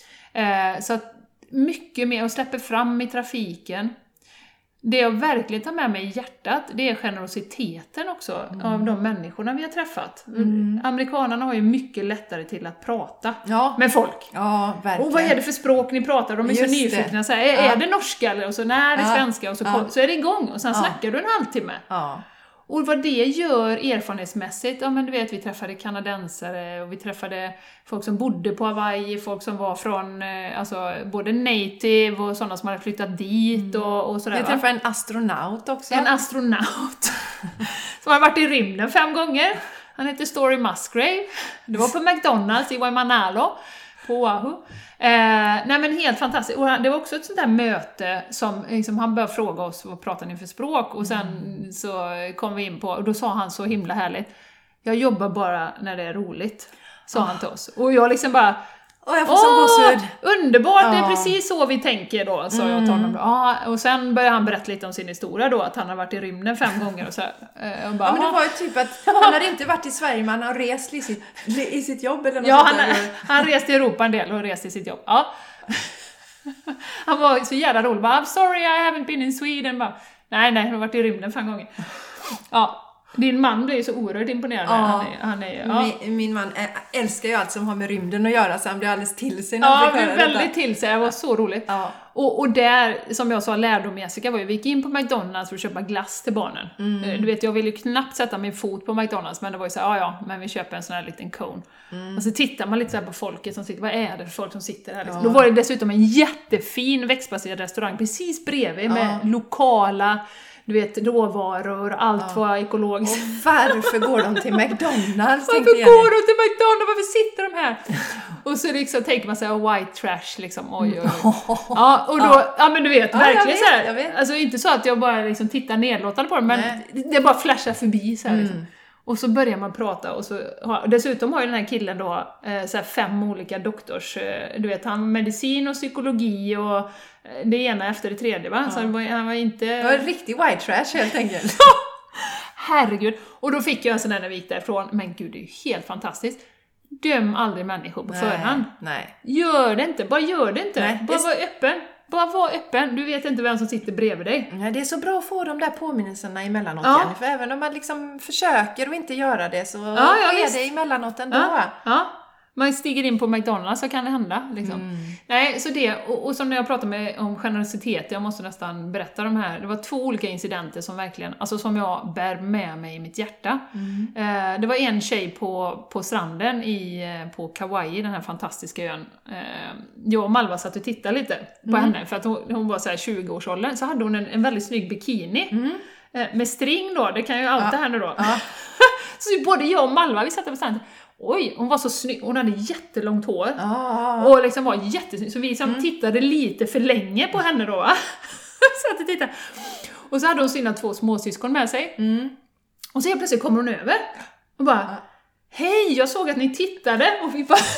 Speaker 1: Så att mycket mer, och släpper fram i trafiken. Det jag verkligen tar med mig i hjärtat, det är generositeten också av de människorna vi har träffat. Amerikanerna har ju mycket lättare till att prata med folk.
Speaker 2: Ja, verkligen.
Speaker 1: Och vad är det för språk ni pratar? De är så nyfikna. Så här, är det norska? Eller? Och så, nej, det är svenska. Och så är det igång. Och sen snackar du en halvtimme.
Speaker 2: Ja.
Speaker 1: Och vad det gör erfarenhetsmässigt, ja men du vet, vi träffade kanadensare och vi träffade folk som bodde på Hawaii, folk som var från, alltså både native och sådana som hade flyttat dit och sådär.
Speaker 2: Vi träffade en astronaut också.
Speaker 1: En astronaut som har varit i rymden 5 gånger. Han heter Story Musgrave. Det var på McDonald's i Waimanalo på Oahu. Nej men helt fantastiskt. Och det var också ett sånt där möte som liksom, han började fråga oss vad pratar ni för språk, och sen så kom vi in på, och då sa han så himla härligt: jag jobbar bara när det är roligt, sa han till oss. Och jag liksom bara,
Speaker 2: jag får så gåshud.
Speaker 1: Underbart, det är precis så vi tänker då, sa jag till honom då. Och sen började han berätta lite om sin historia då, att han har varit i rymden 5 gånger och så här. Och bara,
Speaker 2: men det var ju typ att han hade inte varit i Sverige, men han har rest i sitt jobb eller något.
Speaker 1: Ja, han reste i Europa en del och reste i sitt jobb. Ja. Han var så jävla rolig. Bara, I'm sorry, I haven't been in Sweden. Bara, nej, jag har varit i rymden 5 gånger. Ja. Din man blir ju så oerhört imponerad.
Speaker 2: Min man älskar ju allt som har med rymden att göra, så han blir alldeles till sig.
Speaker 1: Ja, blir väldigt till sig. Det var så roligt. Ja. Och där, som jag sa, lärdommässiga var ju, vi gick in på McDonald's för att köpa glass till barnen. Du vet, jag ville ju knappt sätta min fot på McDonald's, men det var ju så men vi köper en sån här liten cone. Och så tittar man lite så här på folket som sitter, vad är det för folk som sitter här? Liksom. Då var det dessutom en jättefin växtbaserad restaurang precis bredvid med lokala du vet, råvaror, allt var ekologiskt.
Speaker 2: Och varför går de till McDonald's?
Speaker 1: Varför går de till McDonald's? Varför sitter de här? Och så liksom tänker man så här, white trash liksom, oj. Ja, och då, ja men du vet, verkligen så här. Alltså inte så att jag bara liksom tittar nedlåtande på dem, men det bara flashar förbi så här liksom. Och så börjar man prata och så dessutom har ju den här killen då så här 5 olika doktors, du vet, han medicin och psykologi och det ena efter det tredje, va? Så han var inte...
Speaker 2: Det var en riktig white trash helt enkelt.
Speaker 1: Herregud. Och då fick jag en sån där när vi gick därifrån, men gud, det är ju helt fantastiskt. Döm aldrig människor på förhand.
Speaker 2: Nej.
Speaker 1: Gör det inte, bara gör det inte.
Speaker 2: Nej,
Speaker 1: bara var öppen. Bara var öppen, du vet inte vem som sitter bredvid dig.
Speaker 2: Ja, det är så bra att få de där påminnelserna emellanåt, Jenny, för även om man liksom försöker och inte göra det så är det emellanåt ändå.
Speaker 1: Ja. Man stiger in på McDonald's så kan det hända. Liksom. Nej, så det, och som när jag pratade om generositet, jag måste nästan berätta de här. Det var 2 olika incidenter som verkligen, alltså som jag bär med mig i mitt hjärta. Det var en tjej på stranden på Kauai, den här fantastiska ön. Jag och Malva satt och tittade lite på henne, för att hon var så här 20-årsåldern. Så hade hon en väldigt snygg bikini. Med string då, det kan ju alltid hända då. Så både jag och Malva, vi satt på stranden. Oj, hon var så snygg. Hon hade jättelångt hår. Och liksom var jättesnygg. Så vi som tittade lite för länge på henne då. Så att tittade. Och så hade hon sina 2 småsyskon med sig. Och så helt plötsligt kommer hon över. Och bara, hej, jag såg att ni tittade. Och vi bara,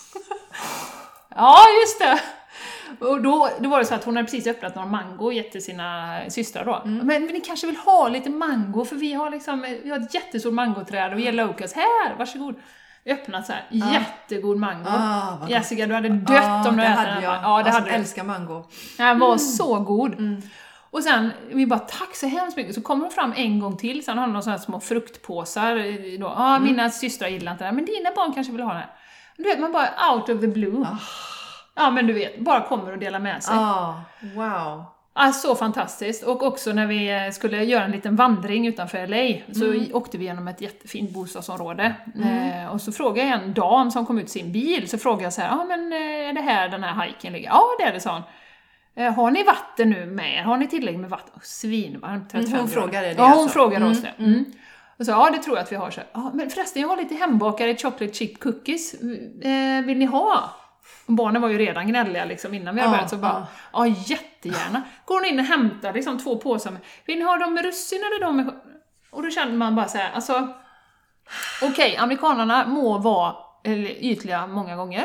Speaker 1: ja, just det. Och då var det så att hon hade precis öppnat några mango och gett till sina systrar då. Men ni kanske vill ha lite mango, för vi har ett jättestort mangoträd och vi är locals. Här, varsågod. Öppnat så här, jättegod mango. Jessica, du hade dött om du äter den. Ja, det hade du.
Speaker 2: Jag älskar mango.
Speaker 1: Den var så god. Och sen, vi bara, tack så hemskt mycket. Så kommer hon fram en gång till. Sen har hon några sådana små fruktpåsar. Då. Mina systrar gillar inte det här, men dina barn kanske vill ha det här. Du vet, man bara out of the blue. Ja, men du vet, bara kommer och delar med sig.
Speaker 2: Wow.
Speaker 1: Så fantastiskt. Och också när vi skulle göra en liten vandring utanför LA så åkte vi genom ett jättefint bostadsområde. Och så frågade jag en dam som kom ut sin bil, så frågade jag så här, men är det här den här hiken ligger? Ja, det är det, sa hon. Har ni vatten nu med? Har ni tillräckligt med vatten? Svinvarmt.
Speaker 2: Hon frågade det.
Speaker 1: Ja, hon frågade oss det. Och så, ja, det tror jag att vi har. Så, men förresten, jag har lite hembakade chocolate chip cookies. Vill ni ha? Och barnen var ju redan gnälliga liksom innan vi hade börjat, så bara, jättegärna. Går hon in och hämtar liksom 2 påsar. Vill ni ha dem med russin eller dem med... Och då kände man bara så här, alltså, okej, amerikanerna må vara ytliga många gånger.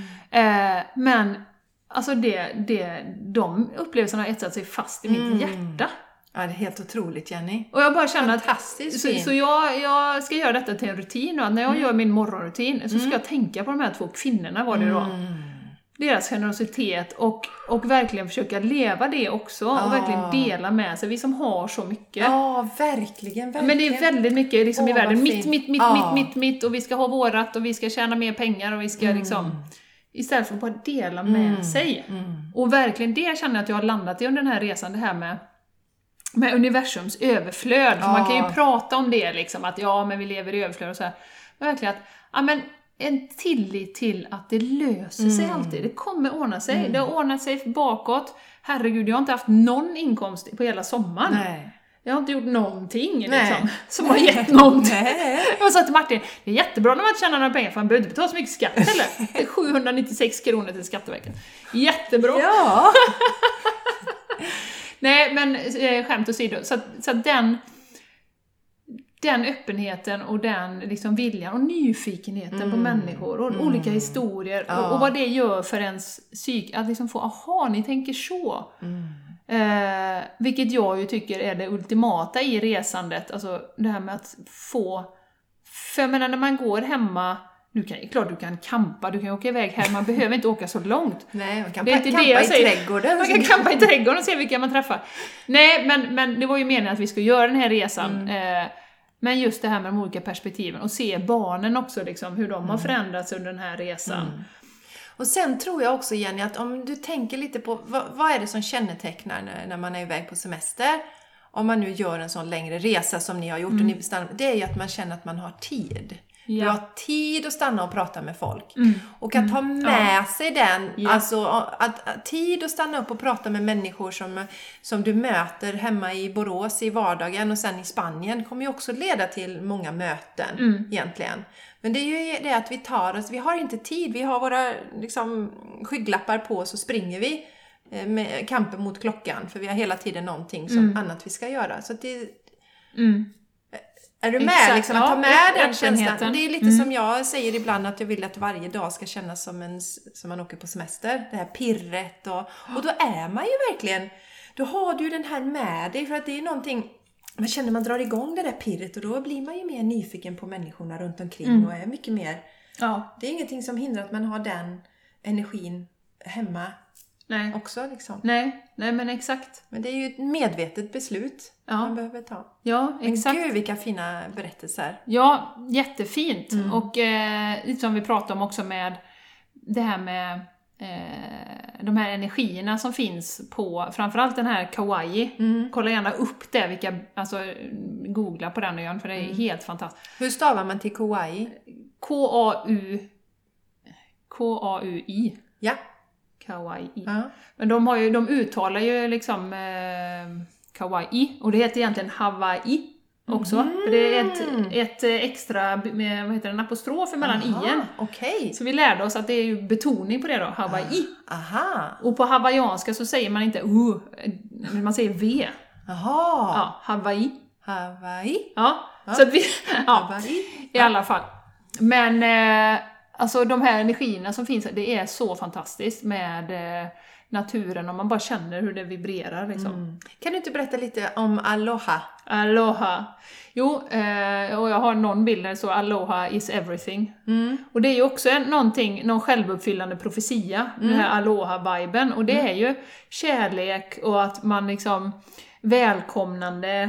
Speaker 1: Men alltså de upplevelserna har etsat sig fast i mitt hjärta.
Speaker 2: Ja, det är helt otroligt, Jenny.
Speaker 1: Och jag bara känner att så jag ska göra detta till en rutin. Och när jag gör min morgonrutin så ska jag tänka på de här 2 kvinnorna, var det då. Deras generositet och verkligen försöka leva det också. Och verkligen dela med sig. Vi som har så mycket.
Speaker 2: Ja, verkligen.
Speaker 1: Men det är väldigt mycket liksom i världen. Mitt. Och vi ska ha vårat och vi ska tjäna mer pengar. Och vi ska liksom... Istället för att bara dela med sig. Och verkligen det känner jag att jag har landat i under den här resan. Det här med universums överflöd. För man kan ju prata om det liksom, att men vi lever i överflöd och så här. Men verkligen att, en tillit till att det löser sig alltid. Det kommer ordna sig. Det har ordnat sig bakåt. Herregud, jag har inte haft någon inkomst på hela sommaren. Nej. Jag har inte gjort någonting liksom, som har gett någonting. Jag sa till Martin, det är jättebra när man inte tjänar några pengar, för man behöver inte betala så mycket skatt heller. Det är 796 kronor till Skatteverket. Jättebra.
Speaker 2: Ja.
Speaker 1: Nej, men skämt åsido. Så den öppenheten och den liksom viljan och nyfikenheten på människor och olika historier och vad det gör för ens psyk, att liksom få, ni tänker så. Vilket jag ju tycker är det ultimata i resandet, alltså det här med att få, för jag menar, när man går hemma, klart du kan campa, du kan åka iväg här, man behöver inte åka så långt.
Speaker 2: Nej, man kan campa i trädgården.
Speaker 1: Man kan campa i trädgården och se vilka man träffar. Nej, men det var ju meningen att vi skulle göra den här resan. Men just det här med de olika perspektiven och se barnen också, liksom, hur de har förändrats under den här resan.
Speaker 2: Och sen tror jag också, Jenny, att om du tänker lite på vad är det som kännetecknar när man är iväg på semester, om man nu gör en sån längre resa som ni har gjort och ni bestämmer, det är ju att man känner att man har tid. Du har tid att stanna och prata med folk. Och att ta med sig den, alltså att tid att stanna upp och prata med människor som du möter hemma i Borås i vardagen och sen i Spanien kommer ju också leda till många möten egentligen. Men det är ju det att vi tar oss, vi har inte tid, vi har våra liksom, skygglappar på så springer vi med kampen mot klockan för vi har hela tiden någonting som annat vi ska göra. Så att det är du med?
Speaker 1: Exakt,
Speaker 2: liksom, att ta med den känslan. Det är lite som jag säger ibland att jag vill att varje dag ska kännas som man åker på semester. Det här pirret och då är man ju verkligen, då har du den här med dig för att det är någonting, man känner man drar igång det där pirret och då blir man ju mer nyfiken på människorna runt omkring och är mycket mer, det är ingenting som hindrar att man har den energin hemma.
Speaker 1: Nej.
Speaker 2: Också liksom.
Speaker 1: Nej, men exakt.
Speaker 2: Men det är ju ett medvetet beslut man behöver ta.
Speaker 1: Ja, exakt.
Speaker 2: Men gud, vilka fina berättelser.
Speaker 1: Ja, jättefint. Och lite som vi pratade om också med det här med de här energierna som finns på framförallt den här Kawaii. Kolla gärna upp det, googla på den ön för det är helt fantastiskt.
Speaker 2: Hur stavar man till Kawaii? K-A-U-I. Ja.
Speaker 1: Kawaii. Men de uttalar ju liksom Kawaii och det heter egentligen Hawaii också. För det är ett extra med, vad heter det, en apostrof mellan i-en.
Speaker 2: Okay.
Speaker 1: Så vi lärde oss att det är ju betoning på det då, Hawaii. Och på hawaiianska så säger man inte man säger V. Ja, Hawaii. Ja. Så att vi i alla fall. Men alltså de här energierna som finns, det är så fantastiskt med naturen och man bara känner hur det vibrerar liksom.
Speaker 2: Kan du inte berätta lite om Aloha?
Speaker 1: Aloha. Jo, och jag har någon bild där det står Aloha is everything. Och det är ju också någon självuppfyllande profetia, den här Aloha-viben. Och det är ju kärlek och att man liksom välkomnande,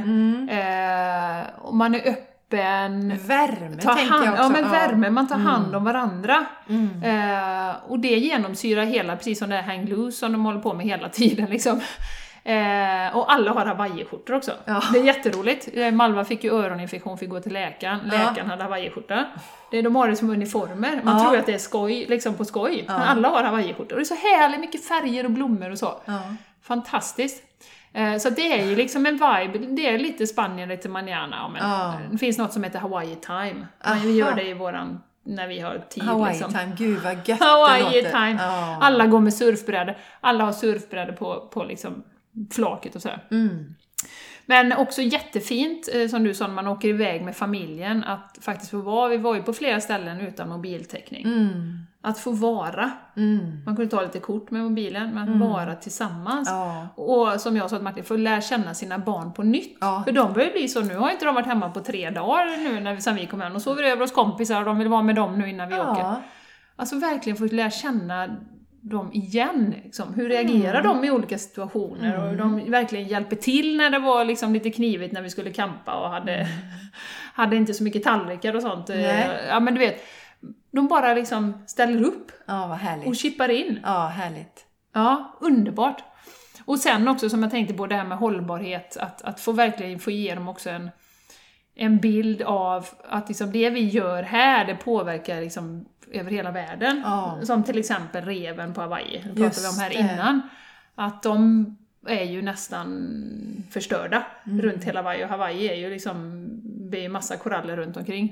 Speaker 1: och man är öppen.
Speaker 2: Värme tänker jag också.
Speaker 1: Ja, men värme, man tar hand om varandra. Och det genomsyrar hela, precis som det här hang loose som de håller på med hela tiden liksom. Och alla har Hawaii-skjortor också. Det är jätteroligt. Malva fick ju öroninfektion, fick gå till läkaren. Läkaren hade Hawaii-skjorta. De har det som uniformer. Man tror att det är skoj, liksom på skoj. Men alla har Hawaii-skjortor. Och det är så härligt, mycket färger och blommor och så. Fantastiskt. Så det är ju liksom en vibe, det är lite Spanien, lite manana. Det fins något som heter Hawaii time. Vi gör det i när vi har tid.
Speaker 2: Hawaii
Speaker 1: liksom.
Speaker 2: time, gud vad gött
Speaker 1: Hawaii time. Alla går med surfbrädor. Alla har surfbrädor på liksom flaket och sådär. Men också jättefint, som du sa, när man åker iväg med familjen, att faktiskt få vara, vi var ju på flera ställen utan mobiltäckning. Att få vara. Man kunde ta lite kort med mobilen, men vara tillsammans. Och som jag sa till Martin, få lära känna sina barn på nytt. För de börjar bli så, nu har inte de varit hemma på 3 dagar nu sen vi kom hem. Och sover över hos kompisar och de vill vara med dem nu innan vi åker. Alltså verkligen få lära känna dem igen. Liksom. Hur reagerar de i olika situationer? Och hur de verkligen hjälper till när det var liksom lite knivigt när vi skulle campa och hade inte så mycket tallrikar och sånt. Ja, men du vet, de bara liksom ställer upp.
Speaker 2: Vad härligt.
Speaker 1: Och chippar in.
Speaker 2: Ja, härligt.
Speaker 1: Ja, underbart. Och sen också som jag tänkte på det här med hållbarhet, att verkligen få ge dem också en bild av att liksom det vi gör här, det påverkar liksom över hela världen. Som till exempel reven på Hawaii, det pratade vi om här innan. Att de är ju nästan förstörda runt hela Hawaii. Och Hawaii är ju liksom, det är ju massa koraller runt omkring.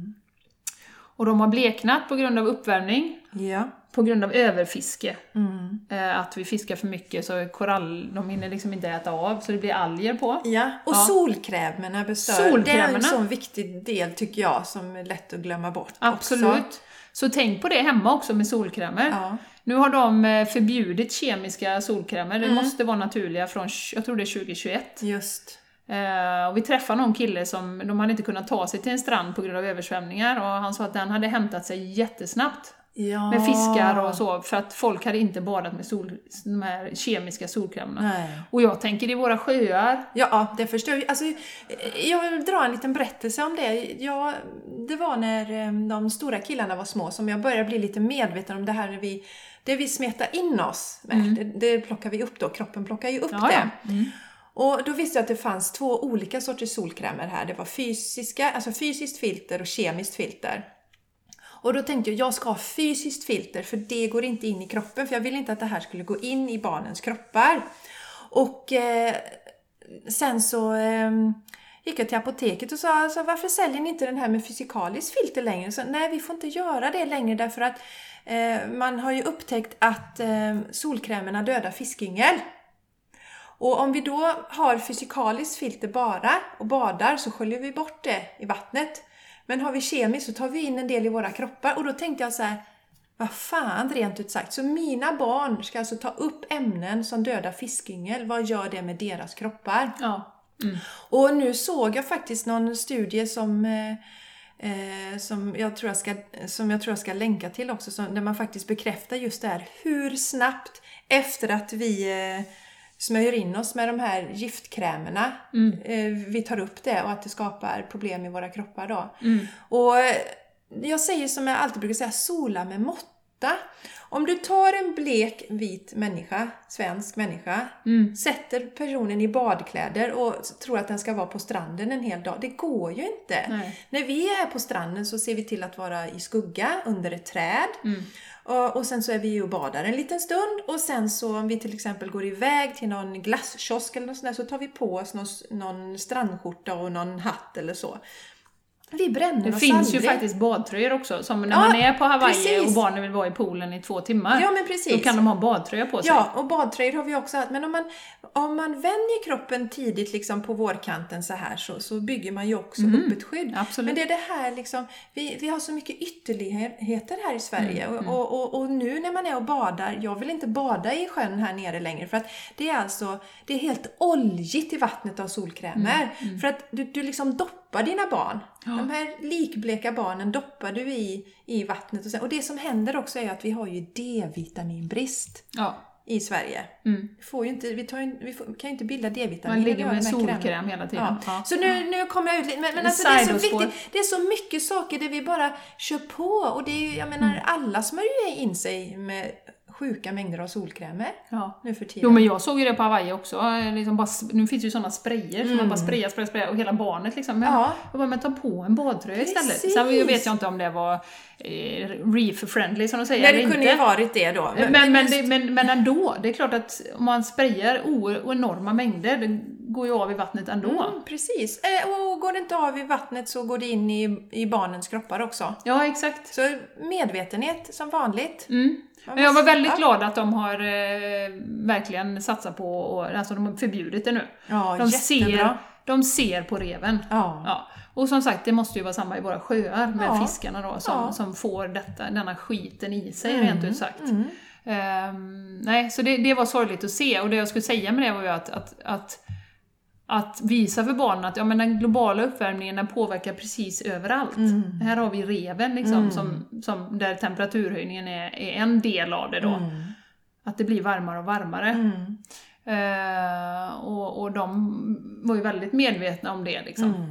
Speaker 1: Och de har bleknat på grund av uppvärmning. På grund av överfiske. Att vi fiskar för mycket så de hinner liksom inte äta av, så det blir alger på.
Speaker 2: Och solkrämerna består. Det är en sån viktig del tycker jag som är lätt att glömma bort.
Speaker 1: Absolut. Också. Så tänk på det hemma också med solkrämer. Nu har de förbjudit kemiska solkrämer. Det måste vara naturliga från, jag tror det är 2021.
Speaker 2: Just.
Speaker 1: Och vi träffade någon kille som, de hade inte kunnat ta sig till en strand på grund av översvämningar. Och han sa att den hade hämtat sig jättesnabbt. Med fiskar och så, för att folk hade inte badat med de här kemiska solkrämerna. Och jag tänker i våra sjöar.
Speaker 2: Ja, det förstår jag. Alltså, jag vill dra en liten berättelse om det. Det var när de stora killarna var små som jag började bli lite medveten om det här det vi smetar in oss med. Det plockar vi upp då, kroppen plockar ju upp det. Och då visste jag att det fanns 2 olika sorters solkrämer här. Det var fysiskt filter och kemiskt filter. Och då tänkte jag ska ha fysiskt filter, för det går inte in i kroppen. För jag ville inte att det här skulle gå in i barnens kroppar. Och sen så gick jag till apoteket och sa, alltså, varför säljer ni inte den här med fysikaliskt filter längre? Så, nej, vi får inte göra det längre därför att man har ju upptäckt att solkrämerna dödar fiskyngel. Och om vi då har fysikaliskt filter bara och badar så sköljer vi bort det i vattnet. Men har vi kemiskt så tar vi in en del i våra kroppar. Och då tänkte jag så här, vad fan rent ut sagt. Så mina barn ska alltså ta upp ämnen som dödar fiskyngel. Vad gör det med deras kroppar?
Speaker 1: Ja. Mm.
Speaker 2: Och nu såg jag faktiskt någon studie som jag tror jag ska länka till också. Där man faktiskt bekräftar just det här. Hur snabbt efter att vi smörjer in oss med de här giftkrämerna. Vi tar upp det och att det skapar problem i våra kroppar då. Och jag säger som jag alltid brukar säga, sola med måtta. Om du tar en blek vit människa, svensk människa, sätter personen i badkläder och tror att den ska vara på stranden en hel dag. Det går ju inte.
Speaker 1: Nej.
Speaker 2: När vi är på stranden så ser vi till att vara i skugga under ett träd. Och sen så är vi ju och badar en liten stund. Och sen så om vi till exempel går iväg till någon glasskiosk eller något sånt där, så tar vi på oss någon strandskjorta och någon hatt eller så. Vi bränner
Speaker 1: det
Speaker 2: oss
Speaker 1: finns
Speaker 2: aldrig.
Speaker 1: ju faktiskt badtröjor också. Som när man är på Hawaii
Speaker 2: precis.
Speaker 1: och barnen vill vara i poolen i 2 timmar.
Speaker 2: Ja, men precis.
Speaker 1: Då kan de ha badtröja på sig.
Speaker 2: Ja, och badtröjor har vi också haft. Men om man vänjer kroppen tidigt liksom på vårkanten så här så bygger man ju också upp ett skydd.
Speaker 1: Absolut.
Speaker 2: Men det är det här liksom, vi har så mycket ytterligheter här i Sverige. Och nu när man är och badar, jag vill inte bada i sjön här nere längre. För att det är helt oljigt i vattnet av solkrämer. För att du liksom doppar dina barn. Ja. De här likbleka barnen doppar du i vattnet. Och det som händer också är att vi har ju D-vitaminbrist i Sverige. Vi kan ju inte bilda D-vitamin.
Speaker 1: Man ligger med solkräm hela tiden.
Speaker 2: Ja. Ja. Så nu kommer jag ut lite. Men alltså, det är så viktigt. Det är så mycket saker där vi bara kör på. Och det är ju, jag menar, alla smörjer ju in sig med sjuka mängder av solkrämer nu för tiden.
Speaker 1: Jo, men jag såg ju det på Hawaii också. Liksom nu finns ju sådana sprayer som man bara sprayar och hela barnet liksom. Men ta på en badtröja istället. Sen vet jag inte om det var reef-friendly som de säger.
Speaker 2: Nej, det kunde ju varit det då.
Speaker 1: Men ändå, det är klart att om man sprayar enorma mängder, det går ju av i vattnet ändå.
Speaker 2: Precis. Och går det inte av i vattnet så går det in i barnens kroppar också.
Speaker 1: Ja, exakt.
Speaker 2: Så medvetenhet som vanligt.
Speaker 1: Men jag var väldigt glad att de har verkligen satsat på, och alltså de har förbjudit det nu.
Speaker 2: Ja,
Speaker 1: de ser på reven.
Speaker 2: Ja.
Speaker 1: Och som sagt, det måste ju vara samma i våra sjöar med fiskarna då, som får denna skiten i sig, rent ut sagt. Nej, så det var sorgligt att se. Och det jag skulle säga med det var ju att visa för barnen att den globala uppvärmningen den påverkar precis överallt. Här har vi reven liksom, som där temperaturhöjningen är en del av det då. Att det blir varmare och varmare. Och de var ju väldigt medvetna om det liksom.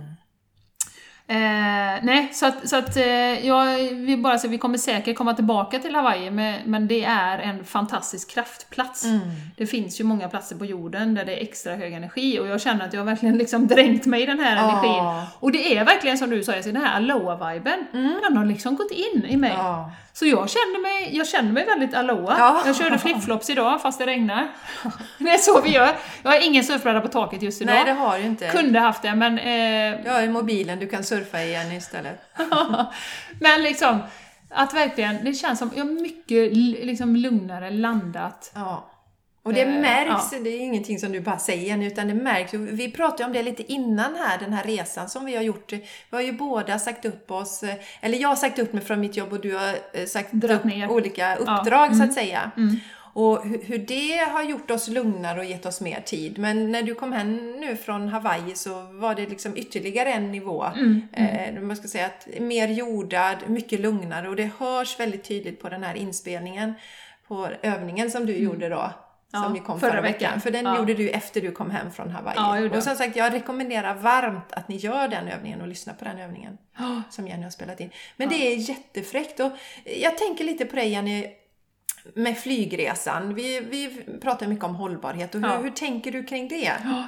Speaker 1: Nej, så att jag vill bara säga, vi kommer säkert komma tillbaka till Hawaii, men det är en fantastisk kraftplats. Det finns ju många platser på jorden där det är extra hög energi, och jag känner att jag verkligen liksom dränkt mig i den här energin. Och det är verkligen som du sa, den här aloha-viben, den har liksom gått in i mig. Så jag känner mig väldigt aloha. Jag körde flipflops idag fast det regnar. Det är så vi gör. Jag har ingen surfbräda på taket just idag.
Speaker 2: Nej, det har du inte.
Speaker 1: Kunde haft det, men...
Speaker 2: Jag har mobilen, du kan surfa igen istället.
Speaker 1: Men liksom, att verkligen, det känns som mycket liksom lugnare landat.
Speaker 2: Ja. Och det märks, det är ingenting som du bara säger, utan det märks. Vi pratade om det lite innan här, den här resan som vi har gjort. Vi har ju båda sagt upp oss, eller jag har sagt upp mig från mitt jobb och du har sagt upp olika uppdrag så att säga. Och hur det har gjort oss lugnare och gett oss mer tid. Men när du kom hem nu från Hawaii så var det liksom ytterligare en nivå. Man ska säga att mer jordad, mycket lugnare. Och det hörs väldigt tydligt på den här inspelningen, på övningen som du gjorde då. Som vi kom förra veckan. För den gjorde du efter du kom hem från Hawaii. Och som sagt, jag rekommenderar varmt att ni gör den övningen och lyssnar på den övningen som Jenny har spelat in. Men det är jättefräckt. Och jag tänker lite på dig, Jenny, med flygresan. Vi pratar mycket om hållbarhet. Och hur tänker du kring det?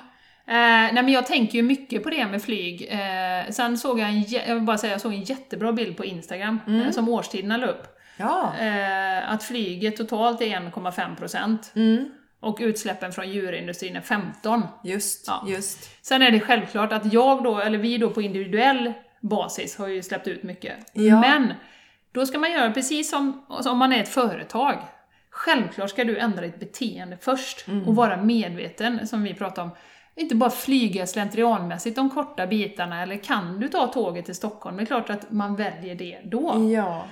Speaker 1: Nej, men jag tänker ju mycket på det med flyg. Sen såg jag såg en jättebra bild på Instagram som Årstiderna la upp.
Speaker 2: Ja.
Speaker 1: Att flyget totalt är 1,5%. Och utsläppen från djurindustrin är 15%.
Speaker 2: Just.
Speaker 1: Sen är det självklart att vi då på individuell basis har ju släppt ut mycket.
Speaker 2: Ja.
Speaker 1: Men då ska man göra precis som om man är ett företag. Självklart ska du ändra ditt beteende först och vara medveten, som vi pratar om. Inte bara flyga slentrianmässigt de korta bitarna, eller kan du ta tåget till Stockholm? Det är klart att man väljer det då.
Speaker 2: Ja.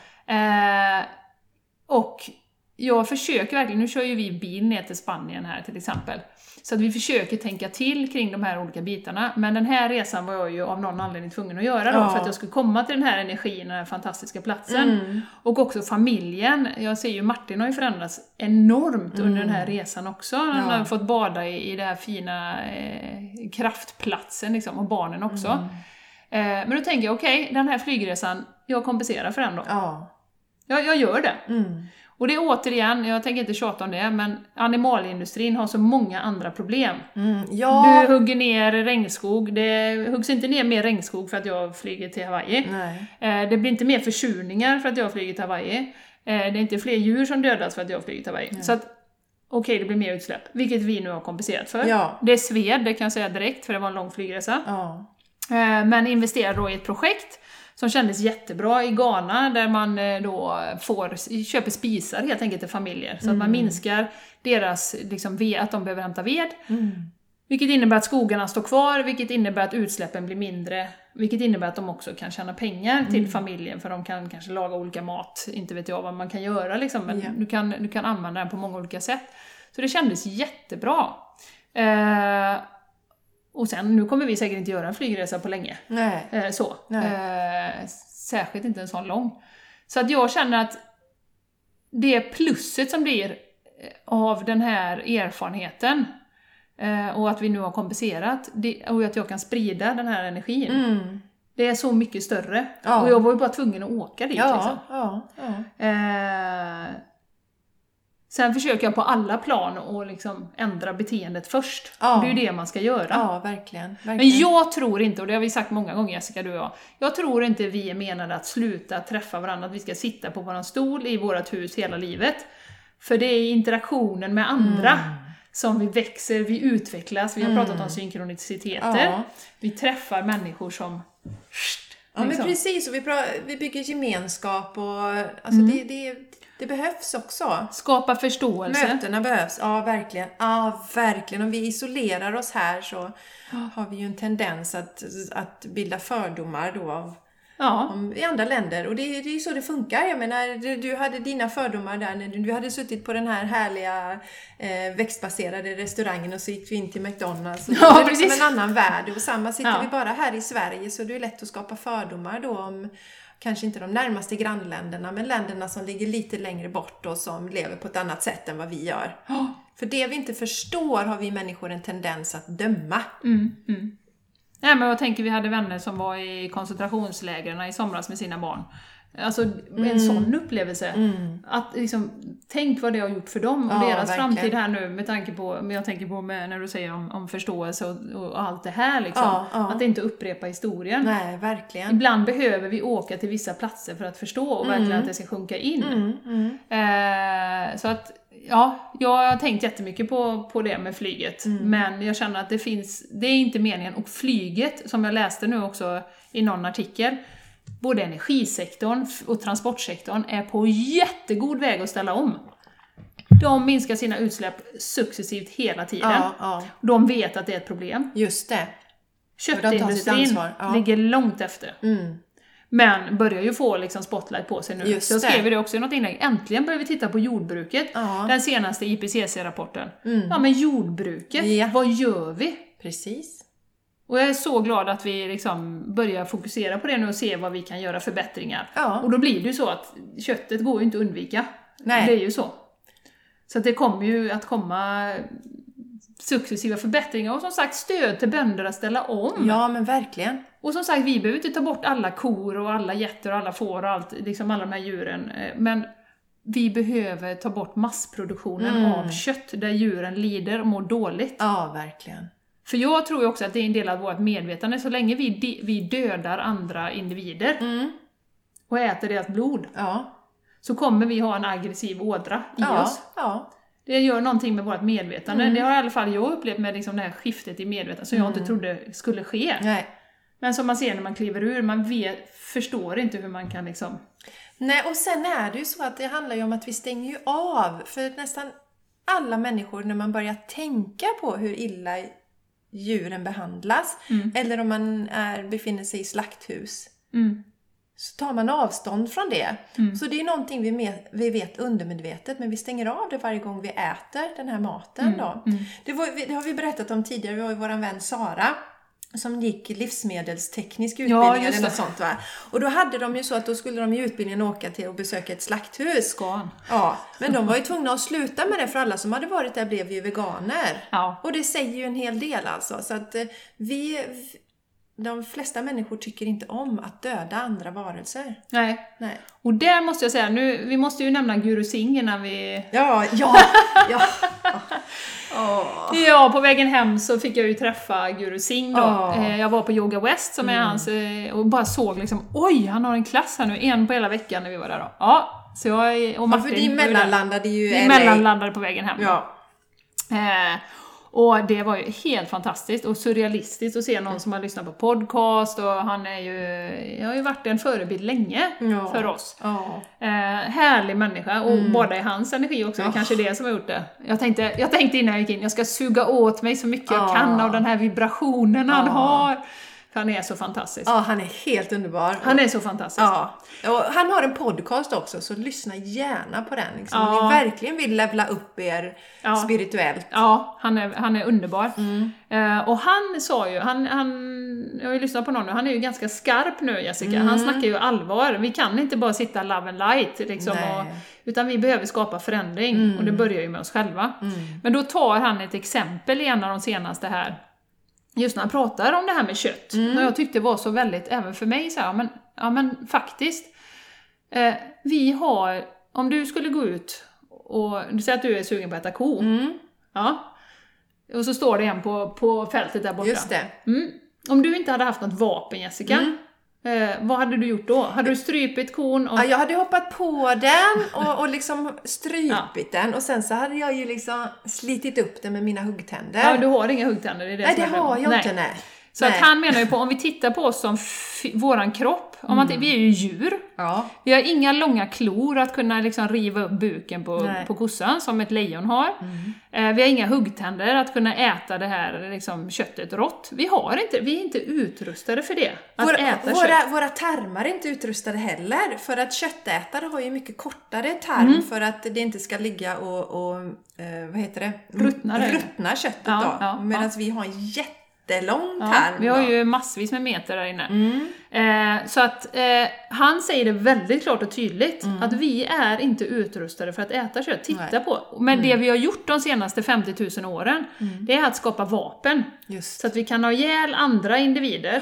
Speaker 1: Och jag försöker verkligen, nu kör ju vi bil ner till Spanien här till exempel. Så att vi försöker tänka till kring de här olika bitarna. Men den här resan var jag ju av någon anledning tvungen att göra då. För att jag skulle komma till den här energin, den här fantastiska platsen. Och också familjen. Jag ser ju Martin har ju förändrats enormt under den här resan också. Han har fått bada i det här fina kraftplatsen liksom, och barnen också. Men då tänker jag, okej, den här flygresan, jag kompenserar för den då. Jag gör det. Och det är återigen, jag tänker inte tjata om det, men animalindustrin har så många andra problem. Du hugger ner regnskog, det huggs inte ner mer regnskog för att jag flyger till Hawaii. Det blir inte mer försurningar för att jag flyger till Hawaii. Det är inte fler djur som dödas för att jag flyger till Hawaii. Så att, okej, det blir mer utsläpp, vilket vi nu har kompenserat för. Det är sved, det kan jag säga direkt, för det var en lång flygresa. Men investerar då i ett projekt som kändes jättebra i Ghana, där man då köper spisar helt enkelt till familjer. Så att man minskar deras att de behöver hämta ved. Vilket innebär att skogarna står kvar, vilket innebär att utsläppen blir mindre. Vilket innebär att de också kan tjäna pengar till familjen, för de kan kanske laga olika mat. Inte vet jag vad man kan göra liksom, men du kan använda den på många olika sätt. Så det kändes jättebra. Och sen, nu kommer vi säkert inte göra en flygresa på länge. Särskilt inte en sån lång. Så att jag känner att det plusset som blir av den här erfarenheten och att vi nu har kompenserat och att jag kan sprida den här energin. Det är så mycket större. Och jag var ju bara tvungen att åka dit. Sen försöker jag på alla plan att liksom ändra beteendet först. Det är ju det man ska göra.
Speaker 2: Ja, verkligen.
Speaker 1: Men jag tror inte, och det har vi sagt många gånger Jessica, du och jag tror inte vi är menade att sluta träffa varandra, att vi ska sitta på våran stol i vårat hus hela livet. För det är interaktionen med andra som vi växer, vi utvecklas, vi har pratat om synkroniciteter. Vi träffar människor som...
Speaker 2: Ja, men precis, och vi bygger gemenskap och alltså det behövs också.
Speaker 1: Skapa förståelse.
Speaker 2: Mötena behövs, ja verkligen. Ja, verkligen. Om vi isolerar oss här så har vi ju en tendens att bilda fördomar då i andra länder. Och det är ju så det funkar. Jag menar, du hade dina fördomar där när du hade suttit på den här härliga växtbaserade restaurangen och så gick vi in till McDonalds. Och det är liksom en annan värld. Och samma sitter vi bara här i Sverige, så det är lätt att skapa fördomar då om kanske inte de närmaste grannländerna, men länderna som ligger lite längre bort och som lever på ett annat sätt än vad vi gör. För det vi inte förstår har vi människor en tendens att döma.
Speaker 1: Nej, men jag tänker, vi hade vänner som var i koncentrationslägren i somras med sina barn. Alltså en sån upplevelse. Att liksom, tänk vad det har gjort för dem och deras framtid här nu, med tanke på, men jag tänker på när du säger om förståelse och allt det här liksom. Att inte upprepa historien.
Speaker 2: Nej, verkligen.
Speaker 1: Ibland behöver vi åka till vissa platser för att förstå och verkligen att det ska sjunka in. Så att jag har tänkt jättemycket på det med flyget. Men jag känner att det är inte meningen. Och flyget, som jag läste nu också i någon artikel, både energisektorn och transportsektorn är på jättegod väg att ställa om. De minskar sina utsläpp successivt hela tiden. De vet att det är ett problem.
Speaker 2: Just det.
Speaker 1: Köttindustrin ligger långt efter. Men börjar ju få liksom spotlight på sig nu.
Speaker 2: Just
Speaker 1: så jag skrev det också i något inlägg. Äntligen börjar vi titta på jordbruket. Den senaste IPCC-rapporten. Ja, men jordbruket, vad gör vi?
Speaker 2: Precis.
Speaker 1: Och jag är så glad att vi liksom börjar fokusera på det nu och se vad vi kan göra förbättringar. Och då blir det ju så att köttet går ju inte att undvika. Nej. Det är ju så. Så att det kommer ju att komma successiva förbättringar och som sagt stöd till bönder att ställa om.
Speaker 2: Ja, men verkligen.
Speaker 1: Och som sagt, vi behöver inte ta bort alla kor och alla getter och alla får och allt, liksom alla de här djuren. Men vi behöver ta bort massproduktionen av kött där djuren lider och mår dåligt.
Speaker 2: Ja, verkligen.
Speaker 1: För jag tror ju också att det är en del av vårt medvetande. Så länge vi dödar andra individer och äter deras blod, så kommer vi ha en aggressiv ådra i oss. Ja. Det gör någonting med vårt medvetande. Det har i alla fall jag upplevt med liksom det här skiftet i medvetande som jag inte trodde skulle ske.
Speaker 2: Nej.
Speaker 1: Men som man ser när man kliver ur, man förstår inte hur man kan liksom...
Speaker 2: Nej, och sen är det ju så att det handlar ju om att vi stänger ju av. För nästan alla människor, när man börjar tänka på hur illa djuren behandlas, eller om man befinner sig i slakthus, så tar man avstånd från det. Så det är någonting vi vet undermedvetet, men vi stänger av det varje gång vi äter den här maten. Då. Det har vi berättat om tidigare. Vi har ju vår vän Sara som gick livsmedelsteknisk utbildning eller något sånt, va? Och då hade de ju så att då skulle de i utbildningen åka till och besöka ett slakthus. Ja, men de var ju tvungna att sluta med det, för alla som hade varit där blev ju veganer. Ja. Och det säger ju en hel del alltså. Så att de flesta människor tycker inte om att döda andra varelser.
Speaker 1: Nej. Och där måste jag säga, vi måste ju nämna Guru Singh innan vi...
Speaker 2: Ja.
Speaker 1: Ja, på vägen hem så fick jag ju träffa Guru Singh då. Jag var på Yoga West som är hans, och bara såg liksom, oj, han har en klass här nu, en på hela veckan när vi var där då. Ja, så jag och Martin...
Speaker 2: Ja, för de mellanlandade ju
Speaker 1: LA. Mellanlandade på vägen hem. Ja. Och det var ju helt fantastiskt och surrealistiskt att se någon som har lyssnat på podcast, och han har ju varit en förebild länge för oss. Härlig människa, och båda i hans energi också, det är kanske det som har gjort det. Jag tänkte innan jag gick in, jag ska suga åt mig så mycket jag kan av den här vibrationen han har. För han är så fantastisk.
Speaker 2: Ja, han är helt underbar.
Speaker 1: Han är så fantastisk.
Speaker 2: Ja. Och han har en podcast också, så lyssna gärna på den. Liksom. Om ni verkligen vill levla upp er spirituellt.
Speaker 1: Ja, han är underbar. Och han sa ju, jag har ju lyssnat på någon nu, han är ju ganska skarp nu, Jessica. Han snackar ju allvar. Vi kan inte bara sitta love and light liksom, utan vi behöver skapa förändring. Och det börjar ju med oss själva. Men då tar han ett exempel i en av de senaste här. Just när han pratar om det här med kött. Och jag tyckte det var så väldigt, även för mig, så här, men faktiskt. Vi har, om du skulle gå ut och du säger att du är sugen på att äta ko. Ja. Och så står det en på fältet där borta.
Speaker 2: Just det.
Speaker 1: Om du inte hade haft något vapen, Jessica, vad hade du gjort då? Hade du strypit kon?
Speaker 2: Ja, jag hade hoppat på den och liksom strypit den. Och sen så hade jag ju liksom slitit upp den med mina huggtänder.
Speaker 1: Ja, du har inga huggtänder. Det är det.
Speaker 2: Nej, det har jag inte, nej.
Speaker 1: Så att han menar ju på, om vi tittar på oss som våran kropp, vi är ju djur. Ja. Vi har inga långa klor att kunna liksom riva upp buken på kossan som ett lejon har. Vi har inga huggtänder att kunna äta det här liksom, köttet rått. Vi är inte utrustade för det.
Speaker 2: Våra tarmar är inte utrustade heller. För att köttätare har ju mycket kortare tarm för att det inte ska ligga och vad heter det? Ruttna köttet då. Ja, medan vi har en jättelång tarm.
Speaker 1: Vi har ju massvis med meter där inne. Så att han säger det väldigt klart och tydligt att vi är inte utrustade för att äta kött. Titta på. Men det vi har gjort de senaste 50 000 åren, det är att skapa vapen. Just. Så att vi kan ha ihjäl andra individer.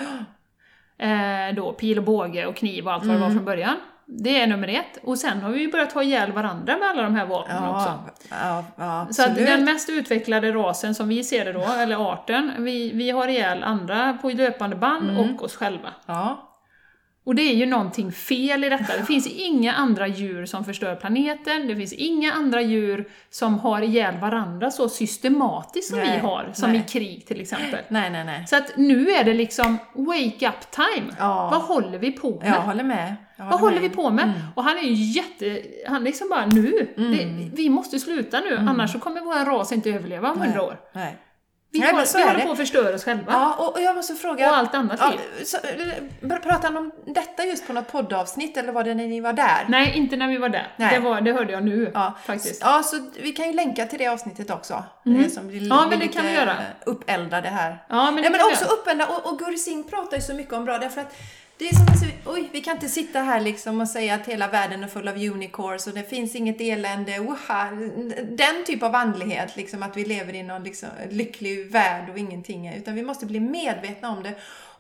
Speaker 1: Då pil och båge och kniv och allt vad det var från början. Det är nummer 1. Och sen har vi ju börjat ha ihjäl varandra med alla de här vapnen också. Så att den mest utvecklade rasen som vi ser det då, eller arten, vi har ihjäl andra på löpande band och oss själva. Ja. Och det är ju någonting fel i detta. Det finns inga andra djur som förstör planeten. Det finns inga andra djur som har ihjäl varandra så systematiskt som vi har. Som i krig till exempel.
Speaker 2: Nej.
Speaker 1: Så att nu är det liksom wake up time. Ja. Vad håller vi på med?
Speaker 2: Jag håller med.
Speaker 1: Håller vi på med? Och han är ju han liksom bara nu. Vi måste sluta nu. Annars så kommer vår ras inte överleva om 100 år. Nej. Vi håller på att förstöra oss själva.
Speaker 2: Ja, och jag måste fråga...
Speaker 1: Och allt annat liv.
Speaker 2: Pratade han om detta just på något poddavsnitt, eller var det när ni var där?
Speaker 1: Nej, inte när vi var där. Det hörde jag nu, faktiskt.
Speaker 2: Ja, så vi kan ju länka till det avsnittet också. Som
Speaker 1: men det kan vi göra.
Speaker 2: Uppeldade här.
Speaker 1: Ja, men
Speaker 2: också uppelda. Och Guru Singh pratar ju så mycket om bra, därför att det är som vi kan inte sitta här liksom och säga att hela världen är full av unicorns och det finns inget elände. Den typ av andlighet, liksom att vi lever i någon liksom lycklig värld och ingenting. Utan vi måste bli medvetna om det.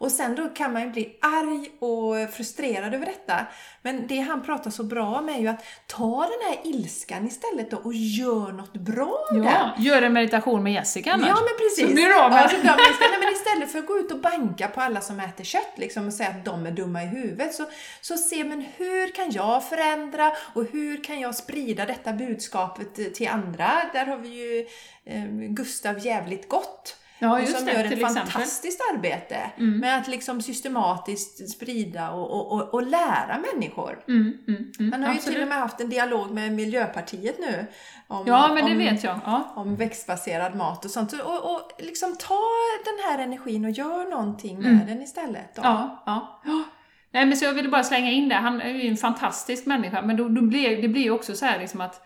Speaker 2: Och sen då kan man ju bli arg och frustrerad över detta. Men det han pratar så bra om är ju att ta den här ilskan istället då och gör något bra av det.
Speaker 1: Gör en meditation med Jessica annars.
Speaker 2: Ja, men precis.
Speaker 1: Så blir det av med.
Speaker 2: Nej, men istället för att gå ut och banka på alla som äter kött liksom, och säga att de är dumma i huvudet, så se, men hur kan jag förändra och hur kan jag sprida detta budskapet till andra? Där har vi ju Gustav Jävligt Gott.
Speaker 1: Ja, just
Speaker 2: som
Speaker 1: det,
Speaker 2: gör ett
Speaker 1: till
Speaker 2: fantastiskt arbete med att liksom systematiskt sprida och lära människor. Han har ju till och med haft en dialog med Miljöpartiet nu
Speaker 1: det vet jag. Ja.
Speaker 2: Om växtbaserad mat och sånt. Och liksom ta den här energin och gör någonting med den istället. Då.
Speaker 1: Ja. Nej, men så jag ville bara slänga in det. Han är ju en fantastisk människa, men det blir ju också så här liksom att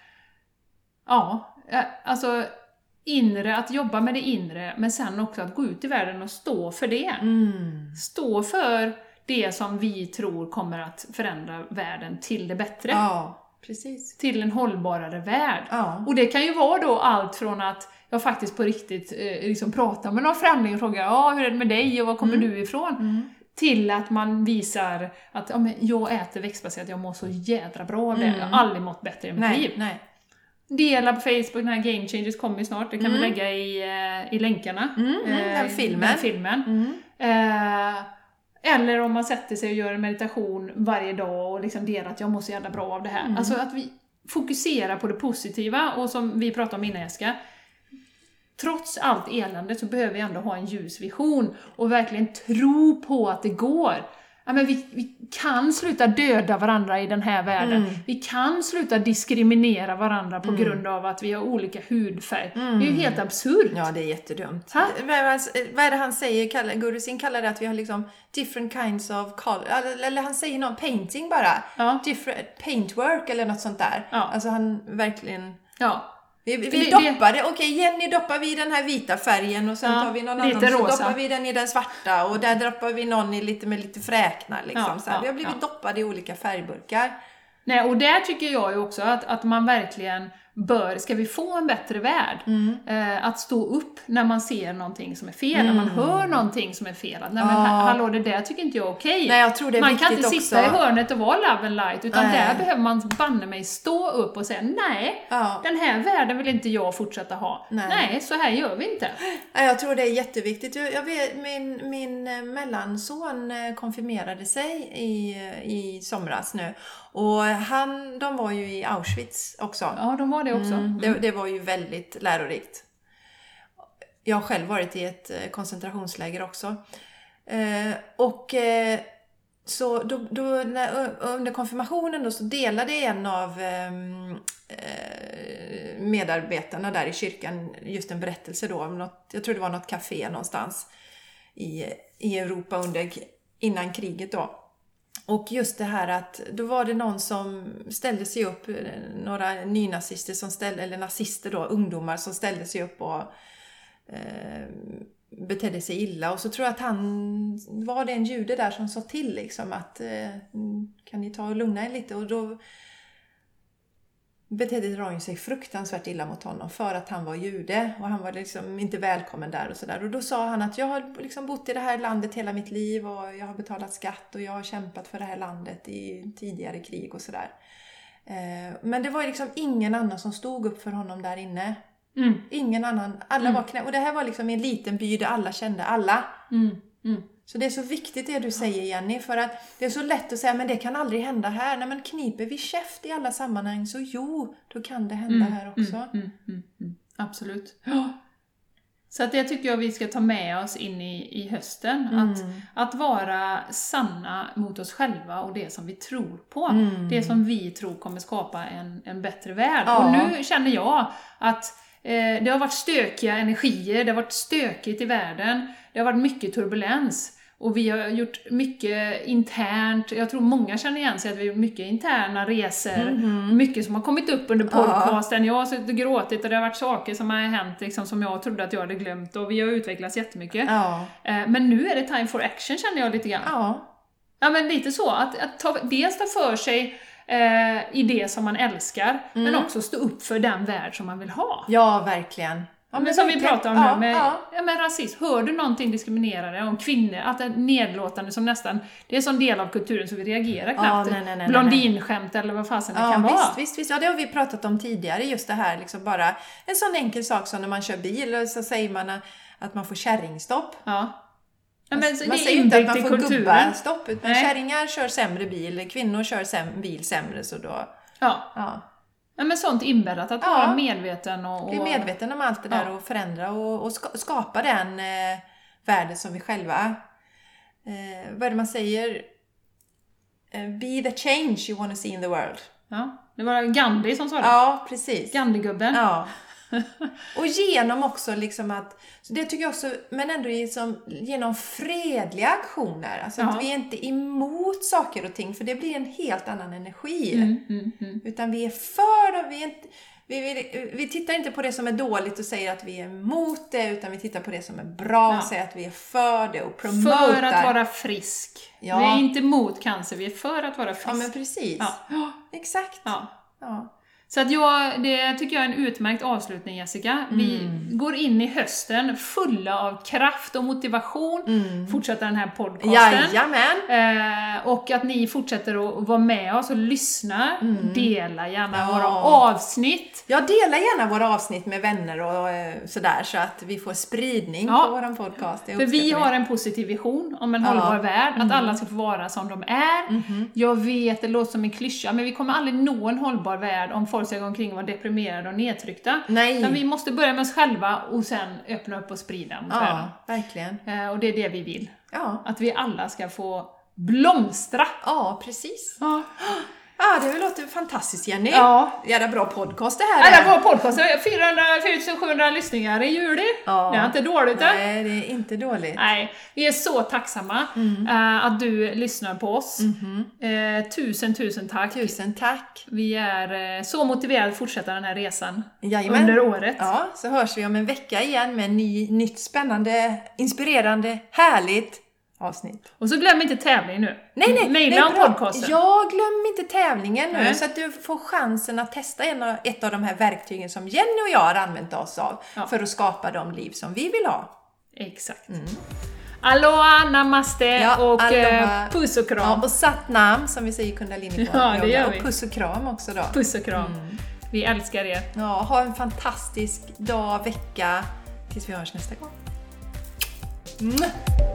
Speaker 1: alltså att jobba med det inre, men sen också att gå ut i världen och stå för det. Stå för det som vi tror kommer att förändra världen till det bättre.
Speaker 2: Ja, precis.
Speaker 1: Till en hållbarare värld.
Speaker 2: Ja.
Speaker 1: Och det kan ju vara då allt från att jag faktiskt på riktigt liksom pratar med någon främling och frågar, hur är det med dig och var kommer du ifrån? Till att man visar att jag äter växtbaserat, jag mår så jädra bra av det. Jag har aldrig mått bättre i mitt liv.
Speaker 2: Nej.
Speaker 1: Dela på Facebook, den här Game Changers kommer ju snart. Det kan vi lägga i länkarna.
Speaker 2: Den filmen.
Speaker 1: Eller om man sätter sig och gör en meditation varje dag och liksom delar att jag mår så jävla bra av det här. Alltså att vi fokuserar på det positiva, och som vi pratade om innan, Jessica, trots allt elände så behöver vi ändå ha en ljusvision och verkligen tro på att det går. Ja, men vi kan sluta döda varandra i den här världen. Vi kan sluta diskriminera varandra på grund av att vi har olika hudfärg. Det är ju helt absurt.
Speaker 2: Ja, det är jättedumt. Vad är det han säger? Guru Singh kallar det att vi har liksom different kinds of color. Eller han säger någon painting bara. Ja. Different paintwork eller något sånt där. Ja. Alltså han verkligen... Ja. Vi doppar det. Okej, Jenny doppar vi i den här vita färgen och sen tar vi någon annan så doppar vi den i den svarta och där doppar vi någon med lite fräknar liksom. Så vi har blivit doppade i olika färgburkar. Nej,
Speaker 1: och där tycker jag ju också att man verkligen ska vi få en bättre värld, att stå upp när man ser någonting som är fel, när man hör någonting som är fel. Att, nej men hallå, det där tycker inte jag är okej.
Speaker 2: Nej, jag tror det är
Speaker 1: man kan inte
Speaker 2: också
Speaker 1: sitta i hörnet och vara love and light, utan där behöver man banne mig stå upp och säga nej, den här världen vill inte jag fortsätta ha. Nej, så här gör vi inte.
Speaker 2: Nej, jag tror det är jätteviktigt. Jag vet, min mellanson konfirmerade sig i somras nu. Och de var ju i Auschwitz också.
Speaker 1: Ja, de var det också.
Speaker 2: Det var ju väldigt lärorikt. Jag har själv varit i ett koncentrationsläger också. Så under konfirmationen då, så delade en av medarbetarna där i kyrkan just en berättelse då om något, jag tror det var något café någonstans i Europa innan kriget då. Och just det här att då var det någon som ställde sig upp, några nynazister eller nazister då, ungdomar som ställde sig upp och betedde sig illa. Och så tror jag att var det en jude där som sa till liksom att kan ni ta och lugna er lite, och då betedde de sig fruktansvärt illa mot honom för att han var jude och han var liksom inte välkommen där och sådär. Och då sa han att jag har liksom bott i det här landet hela mitt liv och jag har betalat skatt och jag har kämpat för det här landet i tidigare krig och sådär. Men det var liksom ingen annan som stod upp för honom där inne. Ingen annan. Alla var och det här var liksom en liten by där alla kände alla. Så det är så viktigt det du säger, Jenny, för att det är så lätt att säga men det kan aldrig hända här. Nej, men kniper vi käft i alla sammanhang så då kan det hända här också.
Speaker 1: Absolut. Så att det tycker jag vi ska ta med oss in i hösten. Att vara sanna mot oss själva och det som vi tror på. Det som vi tror kommer skapa en bättre värld. Och nu känner jag att det har varit stökiga energier, det har varit stökigt i världen, det har varit mycket turbulens. Och vi har gjort mycket internt, jag tror många känner igen sig att vi har gjort mycket interna resor, mycket som har kommit upp under podcasten. Jag har suttit och gråtit och det har varit saker som har hänt liksom, som jag trodde att jag hade glömt, och vi har utvecklats jättemycket. Men nu är det time for action, känner jag lite grann. Ja, men lite så, att dels ta för sig i det som man älskar, men också stå upp för den värld som man vill ha.
Speaker 2: Ja, verkligen.
Speaker 1: men som vi pratar om nu med rasism. Hör du någonting diskriminerande om kvinnor, att det är nedlåtande som nästan, det är en sån del av kulturen så vi reagerar knappt.
Speaker 2: Nej.
Speaker 1: Blondinskämt eller vad fasen det kan vara.
Speaker 2: Visst. Ja, det har vi pratat om tidigare, just det här liksom bara en sån enkel sak som när man kör bil så säger man att man får kärringstopp.
Speaker 1: Ja.
Speaker 2: Man
Speaker 1: det
Speaker 2: säger
Speaker 1: är
Speaker 2: inte att man får
Speaker 1: kulturen.
Speaker 2: gubbarstopp, utan kärringar kör sämre bil, kvinnor kör bil sämre, så då...
Speaker 1: Ja, men sånt inbäddat, att vara medveten och...
Speaker 2: Bli medveten om allt det där och förändra och skapa den världen som vi själva... vad är det man säger? Be the change you want to see in the world.
Speaker 1: Ja, det var Gandhi som sa det.
Speaker 2: Ja, precis.
Speaker 1: Gandhi-gubben.
Speaker 2: Ja. Och genom också liksom att, så det tycker jag också, men ändå liksom, genom fredliga aktioner, alltså att vi är inte emot saker och ting, för det blir en helt annan energi. Utan vi är för det, vi tittar inte på det som är dåligt och säger att vi är emot det, utan vi tittar på det som är bra och säger att vi är för det och promotar.
Speaker 1: För att vara frisk. Ja. Vi är inte emot cancer, vi är för att vara frisk.
Speaker 2: Ja, men precis. Ja. Exakt. Ja.
Speaker 1: Så att det tycker jag är en utmärkt avslutning, Jessica. Vi går in i hösten fulla av kraft och motivation. Fortsätta den här podcasten.
Speaker 2: Jajamän.
Speaker 1: Och att ni fortsätter att vara med oss och lyssna. Dela gärna våra avsnitt.
Speaker 2: Ja, dela gärna våra avsnitt med vänner och sådär, så att vi får spridning på våran podcast.
Speaker 1: För vi har en positiv vision om en hållbar värld. Att alla ska få vara som de är. Jag vet, det låter som en klyscha, men vi kommer aldrig nå en hållbar värld om folk ska gå omkring och vara deprimerade och nedtryckta. Nej. Så vi måste börja med oss själva och sen öppna upp och sprida mot världen.
Speaker 2: Verkligen.
Speaker 1: Och det är det vi vill. Ja. Att vi alla ska få blomstra.
Speaker 2: Ja, precis. Ja, det låter fantastiskt, Jenny. Ja. Jävla bra podcast det här.
Speaker 1: Jävla bra podcast. 4700 lyssningar i juli. Ja. Det är inte dåligt.
Speaker 2: Nej, det är inte dåligt.
Speaker 1: Nej, vi är så tacksamma att du lyssnar på oss. Tusen tack.
Speaker 2: Tusen tack.
Speaker 1: Vi är så motiverade att fortsätta den här resan under året.
Speaker 2: Ja, så hörs vi om en vecka igen med nytt spännande, inspirerande, härligt avsnitt.
Speaker 1: Och så glöm inte tävlingen nu.
Speaker 2: Nej,
Speaker 1: maila om podcasten.
Speaker 2: Jag glöm inte tävlingen nu, så att du får chansen att testa ett av de här verktygen som Jenny och jag har använt oss av för att skapa de liv som vi vill ha.
Speaker 1: Exakt. Aloha, namaste och
Speaker 2: aloha.
Speaker 1: Puss och kram.
Speaker 2: Ja, och Satnam som vi säger Kundalini på.
Speaker 1: Ja, det gör vi.
Speaker 2: Och puss och kram också då.
Speaker 1: Puss och kram. Vi älskar er.
Speaker 2: Ja, ha en fantastisk dag, vecka tills vi hörs nästa gång.